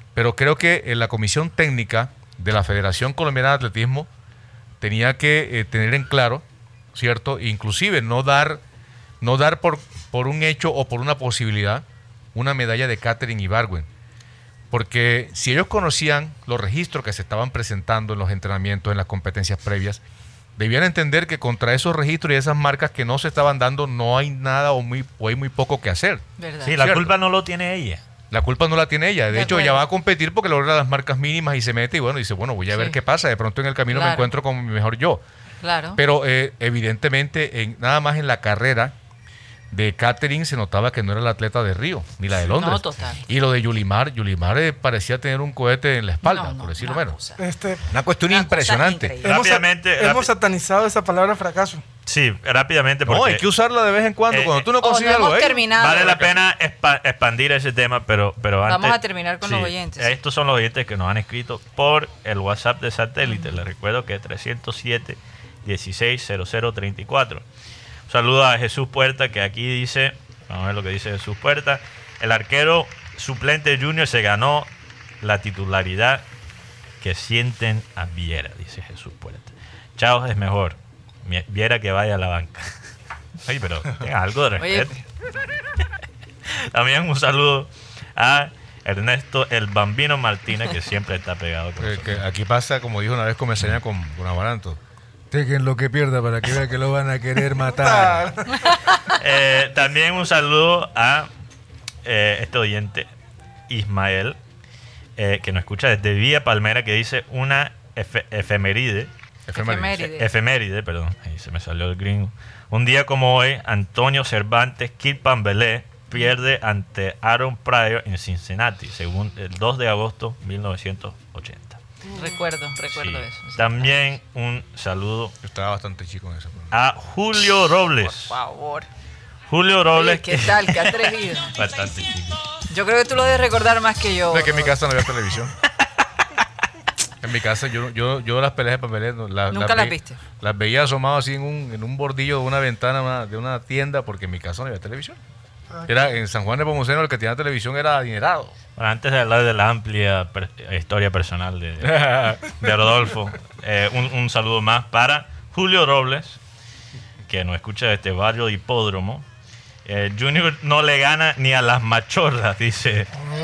pero creo que eh, la comisión técnica de la Federación Colombiana de Atletismo tenía que eh, tener en claro, ¿cierto? Inclusive no dar, no dar por, por un hecho o por una posibilidad una medalla de Katherine Ibargüen. Porque si ellos conocían los registros que se estaban presentando en los entrenamientos, en las competencias previas, debían entender que contra esos registros y esas marcas que no se estaban dando no hay nada o, muy, o hay muy poco que hacer. ¿Verdad? Sí, la ¿Cierto? culpa no lo tiene ella. La culpa no la tiene ella. De, De hecho, acuerdo. ella va a competir porque logra las marcas mínimas y se mete y bueno, dice, bueno, voy a ver Sí. qué pasa. De pronto en el camino Claro. me encuentro con mi mejor yo. Claro. Pero eh, evidentemente, en, nada más en la carrera de Katherine se notaba que no era la atleta de Río, ni la de Londres. No, total. Y lo de Yulimar, Yulimar eh, parecía tener un cohete en la espalda, No, no, por decirlo una menos. cosa. Este, Una cuestión Una cosa impresionante. increíble. hemos, Rápidamente, hemos rápi- satanizado esa palabra fracaso. Sí, rápidamente porque No, hay que usarla de vez en cuando. Eh, Cuando tú no Oh, no consigues algo, hemos ¿eh? terminado. vale la pena expa- expandir ese tema, pero, pero antes... Vamos a terminar con los oyentes. Estos son los oyentes que nos han escrito por el WhatsApp de satélite. Les recuerdo que es trescientos siete, dieciséis, cero cero treinta y cuatro. Un saludo a Jesús Puerta, que aquí dice, vamos a ver lo que dice Jesús Puerta, el arquero suplente Junior se ganó la titularidad que sienten a Viera, dice Jesús Puerta. Chao es mejor. Mi- Viera que vaya a la banca. Ay, pero tenga algo de Oye, respeto. También un saludo a Ernesto el Bambino Martínez, que siempre está pegado con Eh, nosotros. que aquí pasa, como dijo una vez Comesaña con, con Amaranto. Tequen lo que pierda para que vea que lo van a querer matar. Eh, también un saludo a eh, este oyente, Ismael, eh, que nos escucha desde Villa Palmera, que dice una efe- efeméride. Efeméride. Efeméride, perdón, ahí se me salió el gringo. Un día como hoy, Antonio Cervantes Quilpambelé pierde ante Aaron Pryor en Cincinnati, según el dos de agosto de mil novecientos ochenta. Recuerdo, recuerdo Sí. eso. sí. También un saludo Yo estaba bastante chico en eso. pero- a Julio Robles. Por favor. Julio Robles. Oye, ¿qué tal? ¿Qué atrevido? Bastante chico. Yo creo que tú lo debes recordar más que yo. No, es que en mi casa no había televisión. En mi casa yo, yo, yo las peleas de papelera no, las, ¿Nunca las ve- viste? Las veía asomado así en un, en un bordillo de una ventana una- de una tienda porque en mi casa no había televisión. Era en San Juan de Pomuceno el que tenía televisión era adinerado. Bueno, antes de hablar de la amplia per- historia personal de, de Rodolfo, eh, un, un saludo más para Julio Robles, que nos escucha de este barrio de Hipódromo. Eh, Junior no le gana ni a las machorras, dice.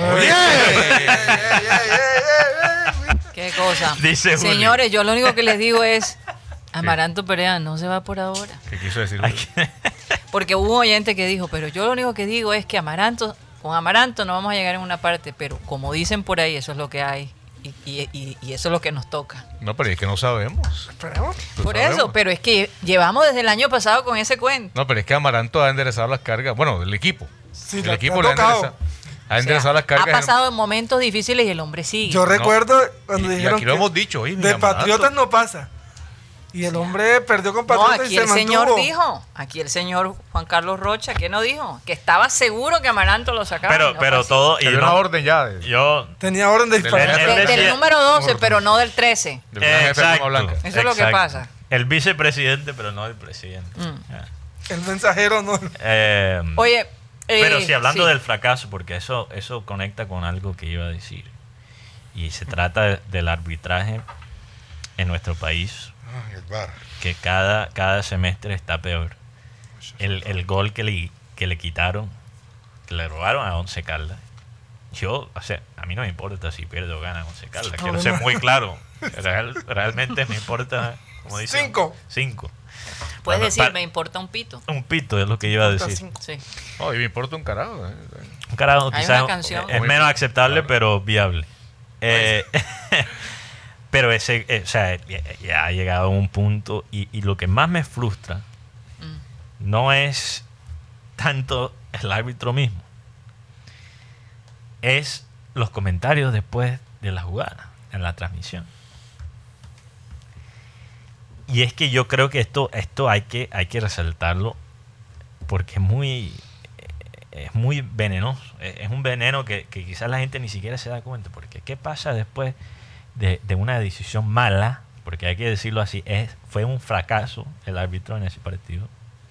Qué cosa. Dice Julio. Señores, yo lo único que les digo es, Amaranto Perea no se va por ahora. ¿Qué quiso decir? Porque hubo un oyente que dijo, pero yo lo único que digo es que Amaranto, con Amaranto no vamos a llegar en una parte, pero como dicen por ahí, eso es lo que hay. Y, y- y- y eso es lo que nos toca. No, pero es que no sabemos. Esperemos. No Por sabemos. eso, pero es que llevamos desde el año pasado con ese cuento. No, pero es que Amaranto ha enderezado las cargas. Bueno, el equipo. Sí, el le- equipo le le ha ha tocado. enderezado, ha O sea, enderezado las cargas. ha pasado momentos difíciles y el hombre sigue. Yo recuerdo cuando Y- y dijeron aquí lo que hemos dicho, oye, mi de Amaranto. Patriotas no pasa. Y el hombre perdió con No, Patriotas y aquí se el señor mantuvo. dijo, aquí el señor Juan Carlos Rocha, ¿qué no dijo? Que estaba seguro que Amaranto lo sacaba. y Pero, no pero fue todo. Y Había no- una orden ya. De, yo. Tenía orden de Del disparar. jefe. así. De- decía- del número doce, pero no del trece. de una jefe de Pluma Blanca. Eso es lo que exacto. pasa. El vicepresidente, pero no el presidente. Mm. Ah. El mensajero no. Eh, Oye, eh, Pero sí, hablando sí. del fracaso, porque eso, eso conecta con algo que iba a decir. Y se trata de- del arbitraje en nuestro país, Ay, el bar. que cada, cada semestre está peor. El, el gol que le, que le quitaron, que le robaron a Once Caldas. Yo, o sea, a mí no me importa si pierde o gana Once Caldas. Quiero no, ser no. muy claro. Real- realmente me importa, como dicen, Cinco. Cinco. Puedes Para- decir, para- me importa un pito. Un pito es lo que yo iba a Importa decir. cinco. Sí. No, y me importa un carajo. eh. Un carajo Hay quizás una canción. es menos aceptable, Claro. pero viable. Eh, pero ese, eh, o sea, ya, ya ha llegado a un punto y, y lo que más me frustra Mm. no es tanto el árbitro mismo, es los comentarios después de la jugada, en la transmisión. Y es que yo creo que esto, esto hay que, hay que resaltarlo porque es muy, es muy venenoso. Es es un veneno que, que quizás la gente ni siquiera se da cuenta. Porque ¿qué pasa después de, de una decisión mala? Porque hay que decirlo así, es, fue un fracaso el árbitro en ese partido.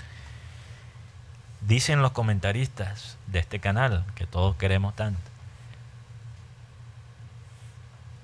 Dicen los comentaristas de este canal, que todos queremos tanto,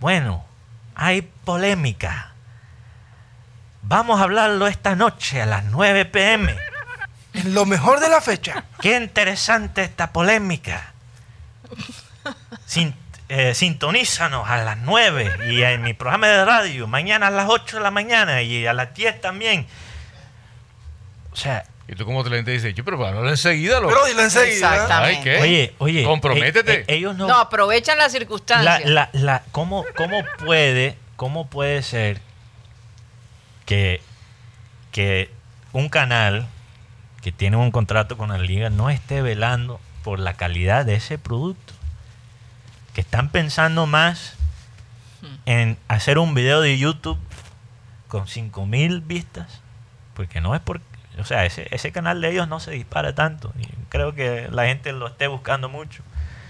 Bueno, hay polémica. Vamos a hablarlo esta noche a las nueve pe eme. En lo mejor de la fecha. Qué interesante esta polémica. Sin, eh, sintonízanos a las nueve y en mi programa de radio, mañana a las ocho de la mañana y a las diez también. O sea... Y tú como cliente dices, yo, pero háblalo enseguida. Lo... Pero dilo enseguida. Exactamente. Ay, ¿qué? Oye, oye. Comprométete. eh, eh, ellos no... No, aprovechan las circunstancias. La, la, la, ¿cómo, cómo, puede, ¿Cómo puede ser que, que un canal que tiene un contrato con la liga no esté velando por la calidad de ese producto? Que están pensando más en hacer un video de YouTube con cinco mil vistas, porque no es por... O sea, ese, ese canal de ellos no se dispara tanto. Y creo que la gente lo esté buscando mucho.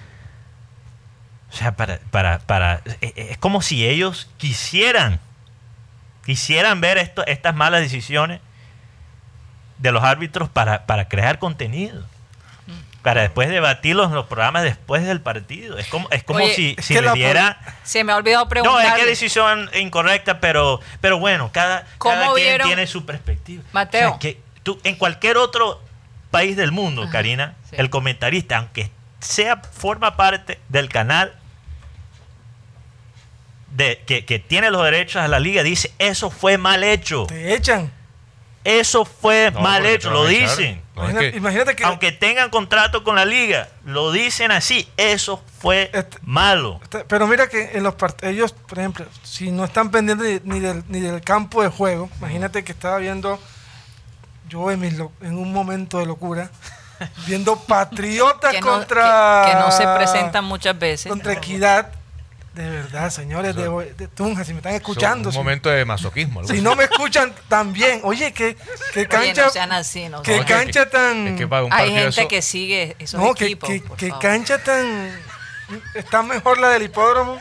O sea, para, para, para, es como si ellos quisieran, quisieran ver esto, estas malas decisiones de los árbitros para, para crear contenido. Para después debatirlos en los programas después del partido. Es como, es como Oye, si, es si que le la diera... Se me ha olvidado No, preguntar. es que decisión incorrecta, pero, pero bueno, cada, ¿Cómo cada quien vieron? tiene su perspectiva. Mateo. O sea, que tú, en cualquier otro país del mundo, Ajá, Karina, sí. el comentarista, aunque sea forma parte del canal de, que, que tiene los derechos a la liga, dice, eso fue mal hecho. Te echan. Eso fue No, mal porque hecho, te lo van a echar. dicen. No, es Imagina- que- imagínate que... Aunque tengan contrato con la liga, lo dicen así, eso fue Este- malo. Este, Pero mira que en los part- ellos, por ejemplo, si no están pendientes ni, ni del, ni del campo de juego, imagínate que estaba viendo, yo en, mis lo- en un momento de locura, viendo Patriotas que no, contra... que- que no se presentan muchas veces. Contra Equidad. De verdad, señores de, de Tunja, si me están escuchando. Un si, momento de masoquismo. algo si así. no me escuchan también. Oye, qué, qué Oye, cancha... no sean así, no qué sean que- cancha tan... Es que para un Hay partido gente eso- que sigue esos No, que, equipos. que, por que favor. cancha tan... Está mejor la del hipódromo.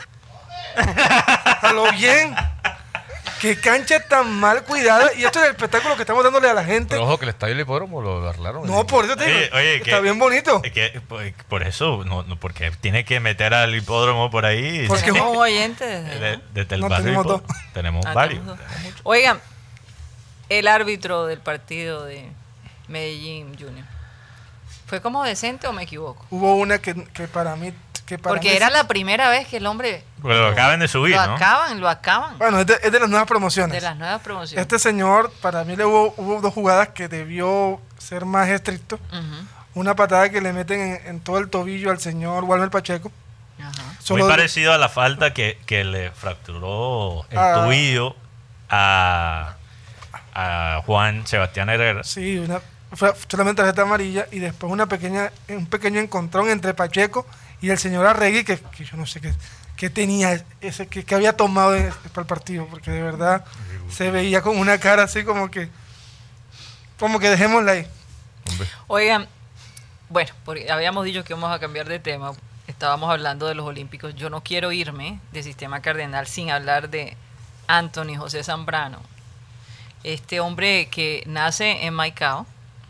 A lo bien. Qué cancha tan mal cuidada. Y esto es el espectáculo que estamos dándole a la gente. Pero ojo, que el estadio del hipódromo lo arreglaron. No, por eso te digo. Oye, oye, está que- bien bonito. Es que, por, por eso, no, no, porque tiene que meter al hipódromo por ahí. Porque- Tenemos oyentes. De- ¿no? Desde el No, barrio tenemos hipódromo. dos. Tenemos Ah, varios. tenemos dos. Oigan, el árbitro del partido de Medellín Junior. ¿Fue como decente o me equivoco? Hubo una que, que para mí... Que para Porque mí- era la primera vez que el hombre Pues lo acaban de subir, lo ¿no? acaban, lo acaban Bueno, es de, es de las nuevas promociones. de las nuevas promociones. Este señor, para mí le hubo, hubo dos jugadas que debió ser más estricto. Ujú, Una patada que le meten en, en todo el tobillo al señor Walmer Pacheco. ajá. Solo Muy de- parecido a la falta que, que le fracturó el Ah. tobillo a, a Juan Sebastián Herrera. Sí, una, fue solamente tarjeta amarilla y después una pequeña, un pequeño encontrón entre Pacheco y el señor Arregui, que, que yo no sé qué, qué tenía, ese que, que había tomado de- para el partido, porque de verdad se veía con una cara así como que, como que dejémosla ahí. Hombre. Oigan, bueno, porque habíamos dicho que íbamos a cambiar de tema. Estábamos hablando de los Olímpicos. Yo no quiero irme de Sistema Cardenal sin hablar de Anthony José Zambrano. Este hombre que nace en Maicao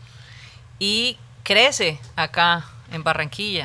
y crece acá en Barranquilla.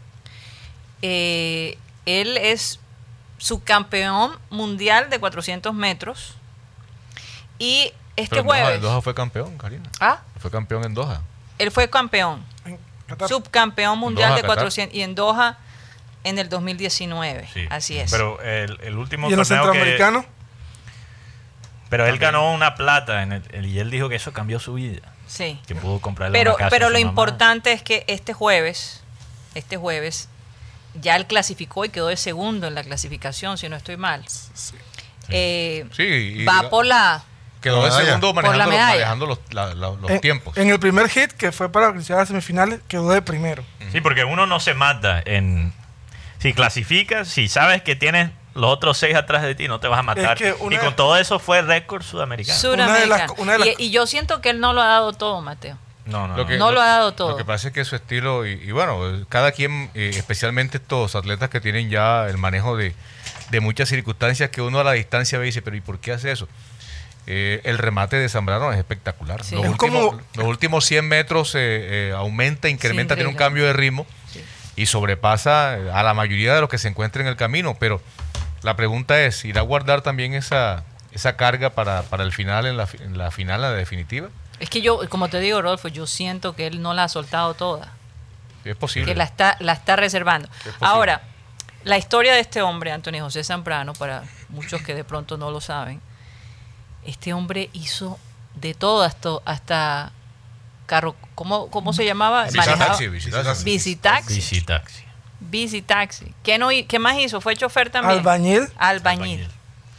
Eh, él es subcampeón mundial de cuatrocientos metros y este Pero en Doha- jueves... en Doha fue campeón, Karina. Ah, Fue campeón en Doha. él fue campeón. En Qatar. Subcampeón mundial Doha, de Qatar. cuatrocientos y en Doha en el dos mil diecinueve. Sí. Así es. Pero el, el último Y en los torneo que... centroamericanos, Pero él ganó una plata en el- el- y él dijo que eso cambió su vida. sí. Que pudo comprarle Pero, una casa pero a lo su mamá. importante es que este jueves, este jueves, ya él clasificó y quedó de segundo en la clasificación, si no estoy mal. Eh, Sí, y- va por la... Quedó de Medalla. segundo Por la manejando, los, medalla. manejando los, la- la- los en, tiempos. en el primer hit, que fue para iniciar las semifinales, quedó de primero. Sí, porque uno no se mata en... Si clasificas, si sabes que tienes los otros seis atrás de ti, no te vas a matar. que una- Y con todo eso fue récord sudamericano. Suramericana. Una de las- una de las- y, y yo siento que él no lo ha dado todo, Mateo. No, no, Lo no. que- No lo ha dado todo. Lo que pasa es que su estilo, y, y bueno, cada quien, eh, especialmente estos atletas que tienen ya el manejo de, de muchas circunstancias que uno a la distancia ve y dice, pero ¿y por qué hace eso? Eh, el remate de Zambrano es espectacular. Sí. Los, Es últimos, como- los últimos cien metros eh, eh, aumenta, incrementa, tiene un increíble. cambio de ritmo Sí. y sobrepasa a la mayoría de los que se encuentran en el camino, pero la pregunta es, ¿irá a guardar también esa, esa carga para, para el final, en la, en la final, la definitiva? Es que yo, como te digo, Rodolfo, yo siento que él no la ha soltado toda. Es posible. Que la está, la está reservando. Es posible. Ahora, la historia de este hombre, Antonio José Zambrano, para muchos que de pronto no lo saben, este hombre hizo de todo, hasta, hasta carro, ¿cómo, cómo se llamaba? Visitaxi, Manejaba- visitaxi. Visitaxi. Visitaxi. Visitaxi. ¿Qué, no, hi- ¿Qué más hizo? ¿Fue chofer también? Albañil. Albañil.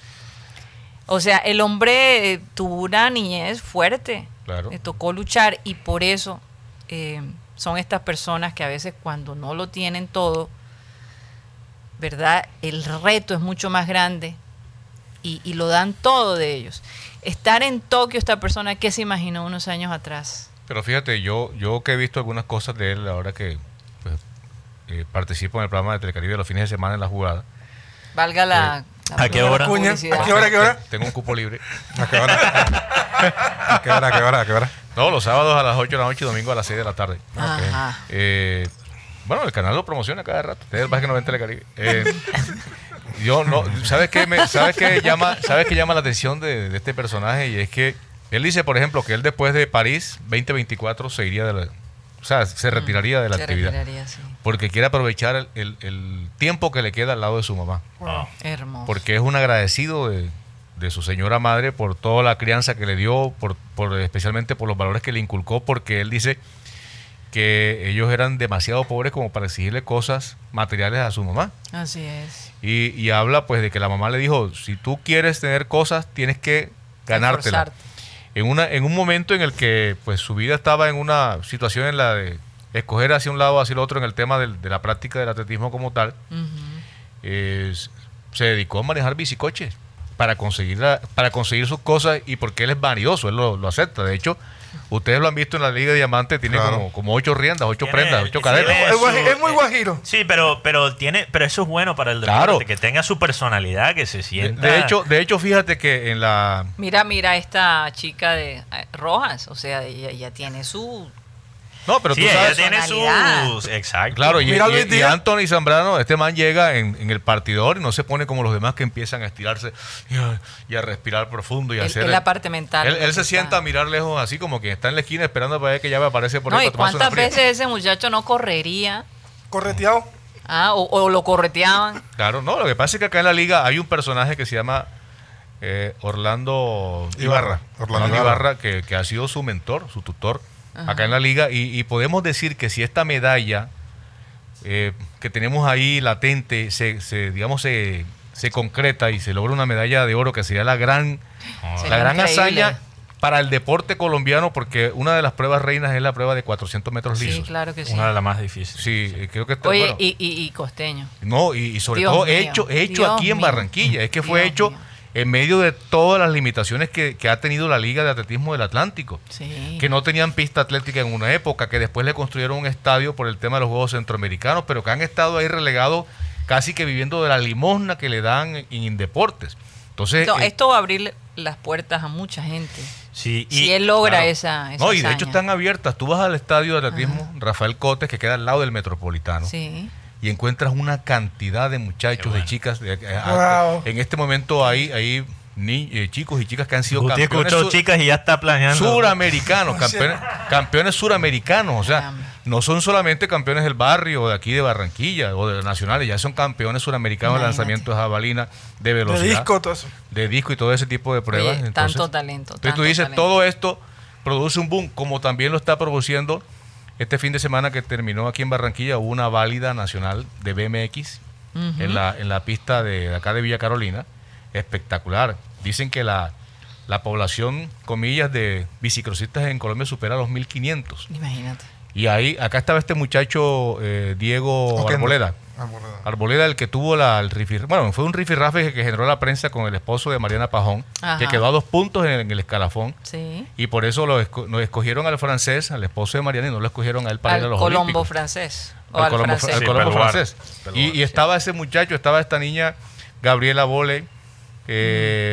O sea, el hombre eh, tuvo una niñez fuerte. Claro. Le tocó luchar y por eso eh, son estas personas que a veces cuando no lo tienen todo, ¿verdad? El reto es mucho más grande y, y lo dan todo de ellos. Estar en Tokio, esta persona, ¿qué se imaginó unos años atrás? Pero fíjate, yo, yo que he visto algunas cosas de él ahora que pues, eh, participo en el programa de Telecaribe los fines de semana en la jugada. Valga la, la ¿A qué hora? Cuña, publicidad. ¿a qué hora, a qué hora? Tengo un cupo libre. ¿A qué hora? ¿A qué hora? ¿A qué hora? ¿A qué hora? No, los sábados a las ocho de la noche y domingo a las seis de la tarde. Ajá. Eh, bueno, el canal lo promociona cada rato. Ustedes van que no ven Telecaribe. Eh, yo no, ¿sabes qué me, sabes qué llama, sabes qué llama la atención de, de este personaje? Y es que él dice, por ejemplo, que él después de París veinte veinticuatro se iría de la, o sea, se retiraría de la Se actividad retiraría, sí. porque quiere aprovechar el, el- el tiempo que le queda al lado de su mamá, Ah. Hermoso. porque es un agradecido de, de su señora madre por toda la crianza que le dio, por, por especialmente por los valores que le inculcó, porque él dice que ellos eran demasiado pobres como para exigirle cosas materiales a su mamá. Así es. Y, y habla pues de que la mamá le dijo, si tú quieres tener cosas, tienes que ganártela. Esforzarte. En, una, en un momento en el que pues su vida estaba en una situación en la de escoger hacia un lado o hacia el otro en el tema del- de la práctica del atletismo como tal, Ujú. eh, se dedicó a manejar bicicoches para conseguir, la- para conseguir sus cosas y porque él es vanidoso, él lo, lo acepta. De hecho, ustedes lo han visto en la Liga de Diamante, tiene Claro. como, como ocho riendas, ocho Tiene- prendas, ocho sí, cadenas. tiene Es guaji- su- es muy guajiro. Sí, pero, pero tiene, pero eso es bueno para el deporte, Claro. que tenga su personalidad, que se De, sienta. de hecho, de hecho, fíjate que en la... Mira, mira esta chica de eh, Rojas, o sea, ella, ella tiene su... No, pero sí, tú ella sabes... tiene personalidad. sus. Exacto. Claro, y, Mira y- Luis y Díaz. Anthony Zambrano, este man llega en, en el partidor y no se pone como los demás que empiezan a estirarse y a, y a respirar profundo y a Es- hacer... es la parte mental. Él, él se que sienta a está- mirar lejos así como que está en la esquina esperando para ver que ya me aparece por No, ahí y para tomarse una cuántas fría. veces ese muchacho no correría, Correteado. ah, o, o lo correteaban. Claro, no, lo que pasa es que acá en la liga hay un personaje que se llama eh, Orlando Ibarra. Ibarra, Orlando Orlando Ibarra. Ibarra, que, que ha sido su mentor, su tutor acá en la liga. Y, y podemos decir que si esta medalla eh, que tenemos ahí latente, se, se, digamos, se, se concreta y se logra una medalla de oro, que sería la gran, Sería la gran increíble. hazaña para el deporte colombiano, porque una de las pruebas reinas es la prueba de cuatrocientos metros Sí, lisos. claro que sí. Una de las más difíciles. Sí, eh, creo que está, Oye, bueno, y, y, y costeño. no, y, y sobre Dios todo mío, hecho, hecho Dios aquí en mío. Barranquilla. Es que fue Dios hecho mío. en medio de todas las limitaciones que, que ha tenido la Liga de Atletismo del Atlántico. Sí. Que no tenían pista atlética en una época, que después le construyeron un estadio por el tema de los Juegos Centroamericanos, pero que han estado ahí relegados casi que viviendo de la limosna que le dan en, en Indeportes. Entonces, No, eh, esto va a abrir las puertas a mucha gente. Sí, Si él logra claro. esa, esa no, y de hazaña. hecho están abiertas. Tú vas al estadio de atletismo Rafael Cotes, que queda al lado del Metropolitano. Sí. Y encuentras una cantidad de muchachos, Qué bueno. de chicas. de- eh, a- Wow. En este momento hay, hay ni- eh, chicos y chicas que han sido Guti campeones escuchó su- chicas y ya está planeando. suramericanos, campeones, campeones suramericanos. O sea, Caramba. no son solamente campeones del barrio o de aquí de Barranquilla o de nacionales, ya son campeones suramericanos de Imagínate. lanzamiento de jabalina, de De velocidad, disco, todo eso. de disco y todo ese tipo de pruebas. Oye, Entonces, tanto talento. entonces tú tanto dices, talento. todo esto produce un boom, como también lo está produciendo este fin de semana que terminó aquí en Barranquilla, hubo una válida nacional de B M X Ujú. en, la, en la pista de acá de Villa Carolina, espectacular. Dicen que la, la población, comillas, de bicicrocistas en Colombia supera los mil quinientos. Imagínate. Y ahí, acá estaba este muchacho eh, Diego Oquendo. Arboleda. Arboleda. Arboleda, el que tuvo la, el rifir, bueno, fue un rifirrafe que generó la prensa con el esposo de Mariana Pajón, Ajá. que quedó a dos puntos en, en el escalafón. Sí. Y por eso lo, esco- nos escogieron al francés, al esposo de Mariana, y no lo escogieron a él para ir a Al los Colombo Olímpicos. francés. O Al al, Colombo, francés. al Sí, Colombo Peluar. francés. Y, Peluar, y estaba ese muchacho, estaba esta niña, Gabriela Bole, eh,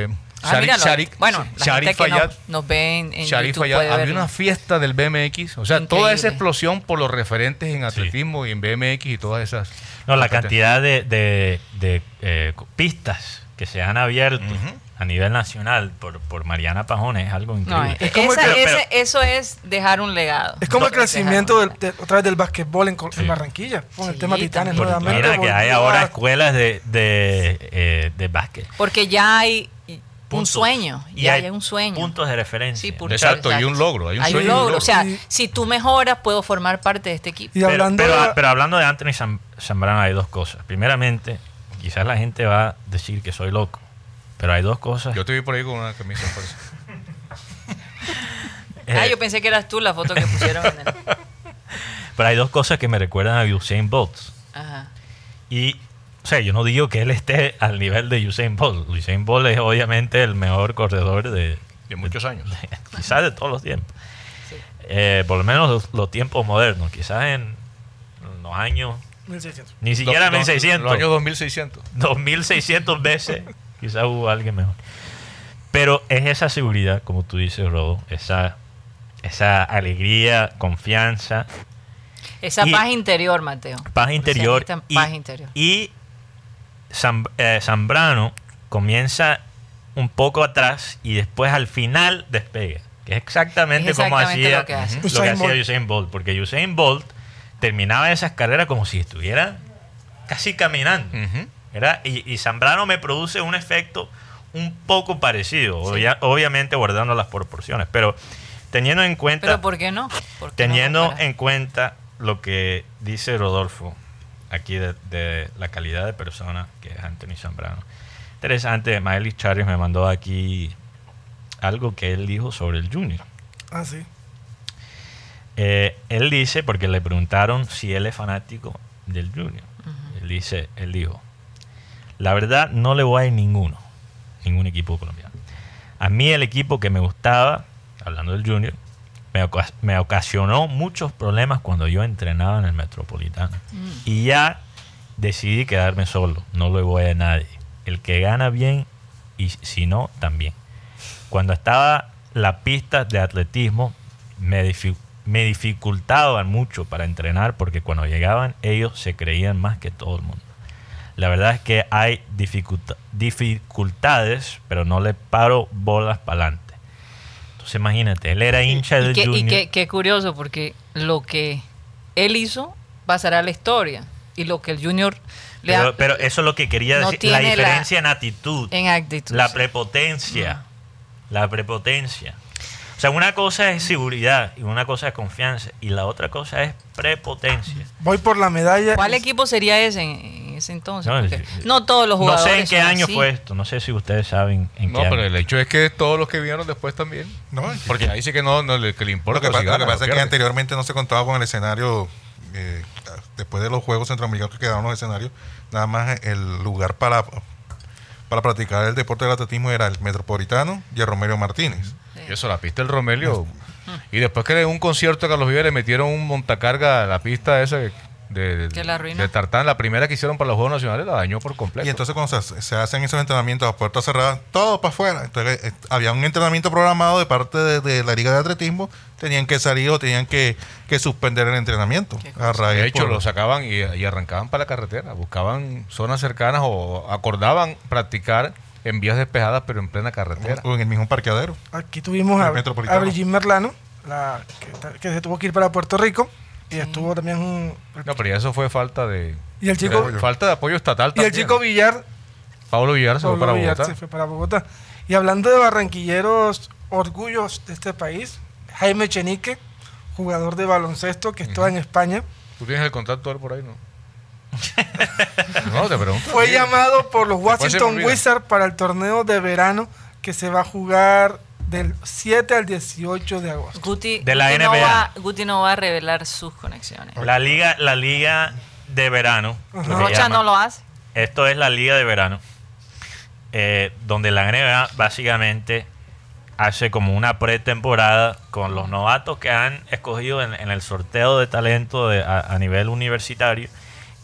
Ah, Sharik- míralo. Sharik- Bueno, la Sharik gente que Fayyad- nos, nos ve en, en Sharif YouTube Fayyad, puede había verlo. una fiesta del B M X, o sea, toda Increíble. esa explosión por los referentes en atletismo y en B M X y todas esas. No, la competencias. cantidad de, de, de, eh, pistas que se han abierto Ujú. a nivel nacional por, por Mariana Pajones es algo No, increíble. es- como esa- que- pero- ese- eso es dejar un legado. Es como el Dejar crecimiento un del, de- otra vez del básquetbol en, Col- en Sí. Barranquilla, con el Sí, tema Titanes también. nuevamente. Mira que hay volvió ahora a- escuelas de, de, eh, de básquet. Porque ya hay un Puntos. sueño. Y Ya hay hay un sueño. puntos de referencia. Sí, puntos. Exacto, y un logro, hay un Hay sueño un y un logro. logro. O sea, Y- si tú mejoras, puedo formar parte de este equipo. Y Pero, hablando pero, de- pero hablando de Anthony Zam- Zambrano hay dos cosas. Primeramente, quizás la gente va a decir que soy loco, pero hay dos cosas. Yo te vi por ahí con una camisa por eso. eh, Ah, yo pensé que eras tú la foto que pusieron en el... pero hay dos cosas que me recuerdan a Usain Bolt. Ajá. Y, o sea, yo no digo que él esté al nivel de Usain Bolt. Usain Bolt es obviamente el mejor corredor de, De muchos años. quizás de todos los tiempos. Sí. Eh, por lo menos los, los tiempos modernos. Quizás en los años, mil seiscientos. ni siquiera Los- mil los- seiscientos. Los años dos mil seiscientos. dos mil seiscientos veces, quizás hubo alguien mejor. Pero es esa seguridad, como tú dices, Rodo, esa, esa alegría, confianza, Esa Y- paz interior, Mateo. paz interior. Se necesita Y, paz interior. y Zam- eh, Zambrano comienza un poco atrás y después al final despega. Que es exactamente, Es como exactamente hacía lo que hace. lo que Usain hacía Bolt. Usain Bolt. Porque Usain Bolt terminaba esas carreras como si estuviera casi caminando. Ujú. ¿Verdad? Y, y Zambrano me produce un efecto un poco parecido, obvia- obviamente guardando las proporciones, pero teniendo en cuenta, Pero ¿por qué no? ¿Por qué teniendo no comparar? en cuenta lo que dice Rodolfo aquí de, de la calidad de persona que es Anthony Zambrano. Interesante, Maelis Charles me mandó aquí algo que él dijo sobre el Junior. Ah, sí. Eh, él dice, porque le preguntaron si él es fanático del Junior. Él dice, él dijo, la verdad no le voy a ninguno, ningún equipo colombiano. A mí el equipo que me gustaba, hablando del Junior, me, oca- me ocasionó muchos problemas cuando yo entrenaba en el Metropolitano. Mm. Y ya decidí quedarme solo, no le voy a nadie. El que gana bien y si no, también. Cuando estaba la pista de atletismo, me, difi- me dificultaban mucho para entrenar porque cuando llegaban ellos se creían más que todo el mundo. La verdad es que hay dificulta- dificultades, pero no le paro bolas para adelante. Entonces imagínate, él era hincha Y del qué, y Junior. qué- qué curioso, porque lo que él hizo pasará a la historia. Y lo que el Junior le pero, ha, pero eso es lo que quería no decir, la tiene la- diferencia en actitud. en actitud. La sí. prepotencia. La prepotencia. O sea, una cosa es seguridad y una cosa es confianza y la otra cosa es prepotencia. Voy por la medalla. ¿Cuál y- equipo sería ese en, en ese entonces? No, Porque es- no todos los No jugadores sé en qué son año así. fue esto, no sé si ustedes saben en No, qué pero año. el hecho es que todos los que vinieron después también. No, Porque ahí sí que no, no le, que le Lo importa. que, si pasa, lo gana que o pasa es que pierde. anteriormente no se contaba con el escenario, eh, después de los Juegos Centroamericanos que quedaron los escenarios, nada más el lugar para, para practicar el deporte del atletismo era el Metropolitano y el Romero Martínez. Y eso, la pista del Romelio. Y después que en un concierto de Carlos Vives le metieron un montacarga a la pista esa de, de, Que la arruinó. de Tartán, la primera que hicieron para los Juegos Nacionales, la dañó por completo. Y entonces cuando se, se hacen esos entrenamientos a puertas cerradas, todo para afuera. Entonces eh, había un entrenamiento programado de parte de, de la Liga de Atletismo, tenían que salir o tenían que, que suspender el entrenamiento. Qué A raíz de hecho, por- lo sacaban y, y arrancaban para la carretera, buscaban zonas cercanas o acordaban practicar en vías despejadas, pero en plena carretera. o en el mismo parqueadero. Aquí tuvimos a, El Metropolitano. a Brigitte Merlano, la, que, ta- que se tuvo que ir para Puerto Rico. Y estuvo también un- No, pero ya eso fue falta de y el chico Creo yo. falta de apoyo estatal y el también. chico Villar, Pablo Villar se fue Pablo para Villar Bogotá. se fue para Bogotá. Y hablando de barranquilleros orgullos de este país, Jaime Chenique, jugador de baloncesto que está en España, ¿Tú tienes el contacto de él por ahí, no? No, te pregunto. fue Sí. llamado por los Después se me Washington olvida. Wizards para el torneo de verano que se va a jugar del siete al dieciocho de agosto. Guti, De la Guti N B A. No va, Guti no va a revelar sus conexiones. La liga, la liga de verano. lo que Rocha llaman. no lo hace. Esto es la liga de verano, eh, donde la N B A básicamente hace como una pretemporada con los novatos que han escogido en, en el sorteo de talento de- a, a nivel universitario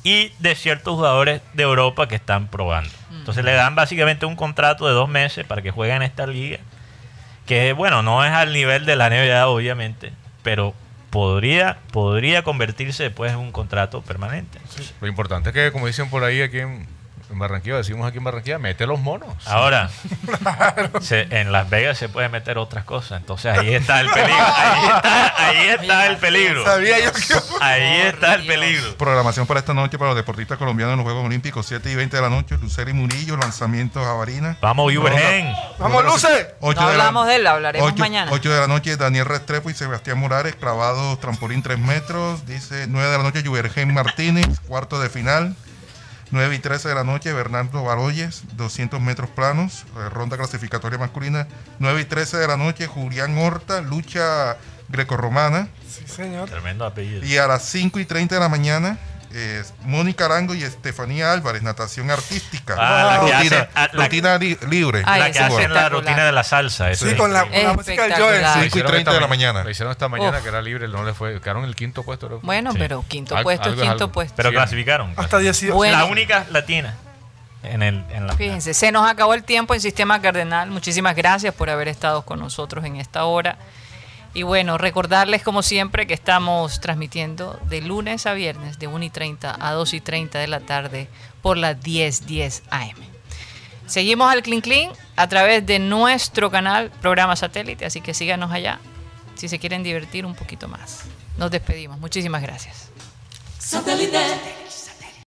y de ciertos jugadores de Europa que están probando. Entonces le dan básicamente un contrato de dos meses para que jueguen en esta liga, que bueno, no es al nivel de la N B A obviamente, pero podría, podría convertirse después en un contrato permanente. Sí. Lo importante es que, como dicen por ahí aquí en, en Barranquilla, decimos aquí en Barranquilla, mete los monos. Ahora, se, en Las Vegas se puede meter otras cosas, entonces ahí está el peligro. Ahí está, ahí está el peligro. Sabía yo que... Ahí está el peligro. Programación para esta noche para los deportistas colombianos en los Juegos Olímpicos, siete y veinte de la noche, Lucero y Murillo, lanzamientos a Varina. Vamos, Ibergen. ¡Vamos, Luce! No hablamos de él, hablaremos mañana. ocho de la noche, Daniel Restrepo y Sebastián Morales, clavados, trampolín tres metros. Dice nueve de la noche, Ibergen Martínez, cuarto de final. nueve y trece de la noche, Bernardo Baroyes, doscientos metros planos, ronda clasificatoria masculina. nueve y trece de la noche, Julián Horta, lucha grecorromana. Sí, señor. Tremendo apellido. Y a las cinco y treinta de la mañana, eh, Mónica Arango y Estefanía Álvarez, natación artística. Ah, la que rutina hace- ah, la- rutina li- libre. Ay, La ese que es hacen la espectacular. rutina de la salsa. eso Sí, es con la, increíble. con la música del Espectacular. Joel. cinco y Lo hicieron treinta de esta la ma- mañana. Lo hicieron esta mañana, Uf. que era libre, no le fue. Quedaron en el quinto puesto. creo. Bueno, Sí. pero quinto Al- puesto, algo es quinto algo. puesto. Pero Sí. clasificaron. Hasta dieciocho. Bueno. La única latina en, el, en la... Fíjense, se nos acabó el tiempo en Sistema Cardenal. Muchísimas gracias por haber estado con nosotros en esta hora. Y bueno, recordarles como siempre que estamos transmitiendo de lunes a viernes de una y treinta a dos y treinta de la tarde por la diez diez A M. Seguimos al Clean Clean a través de nuestro canal Programa Satélite, así que síganos allá si se quieren divertir un poquito más. Nos despedimos. Muchísimas gracias. Satellite.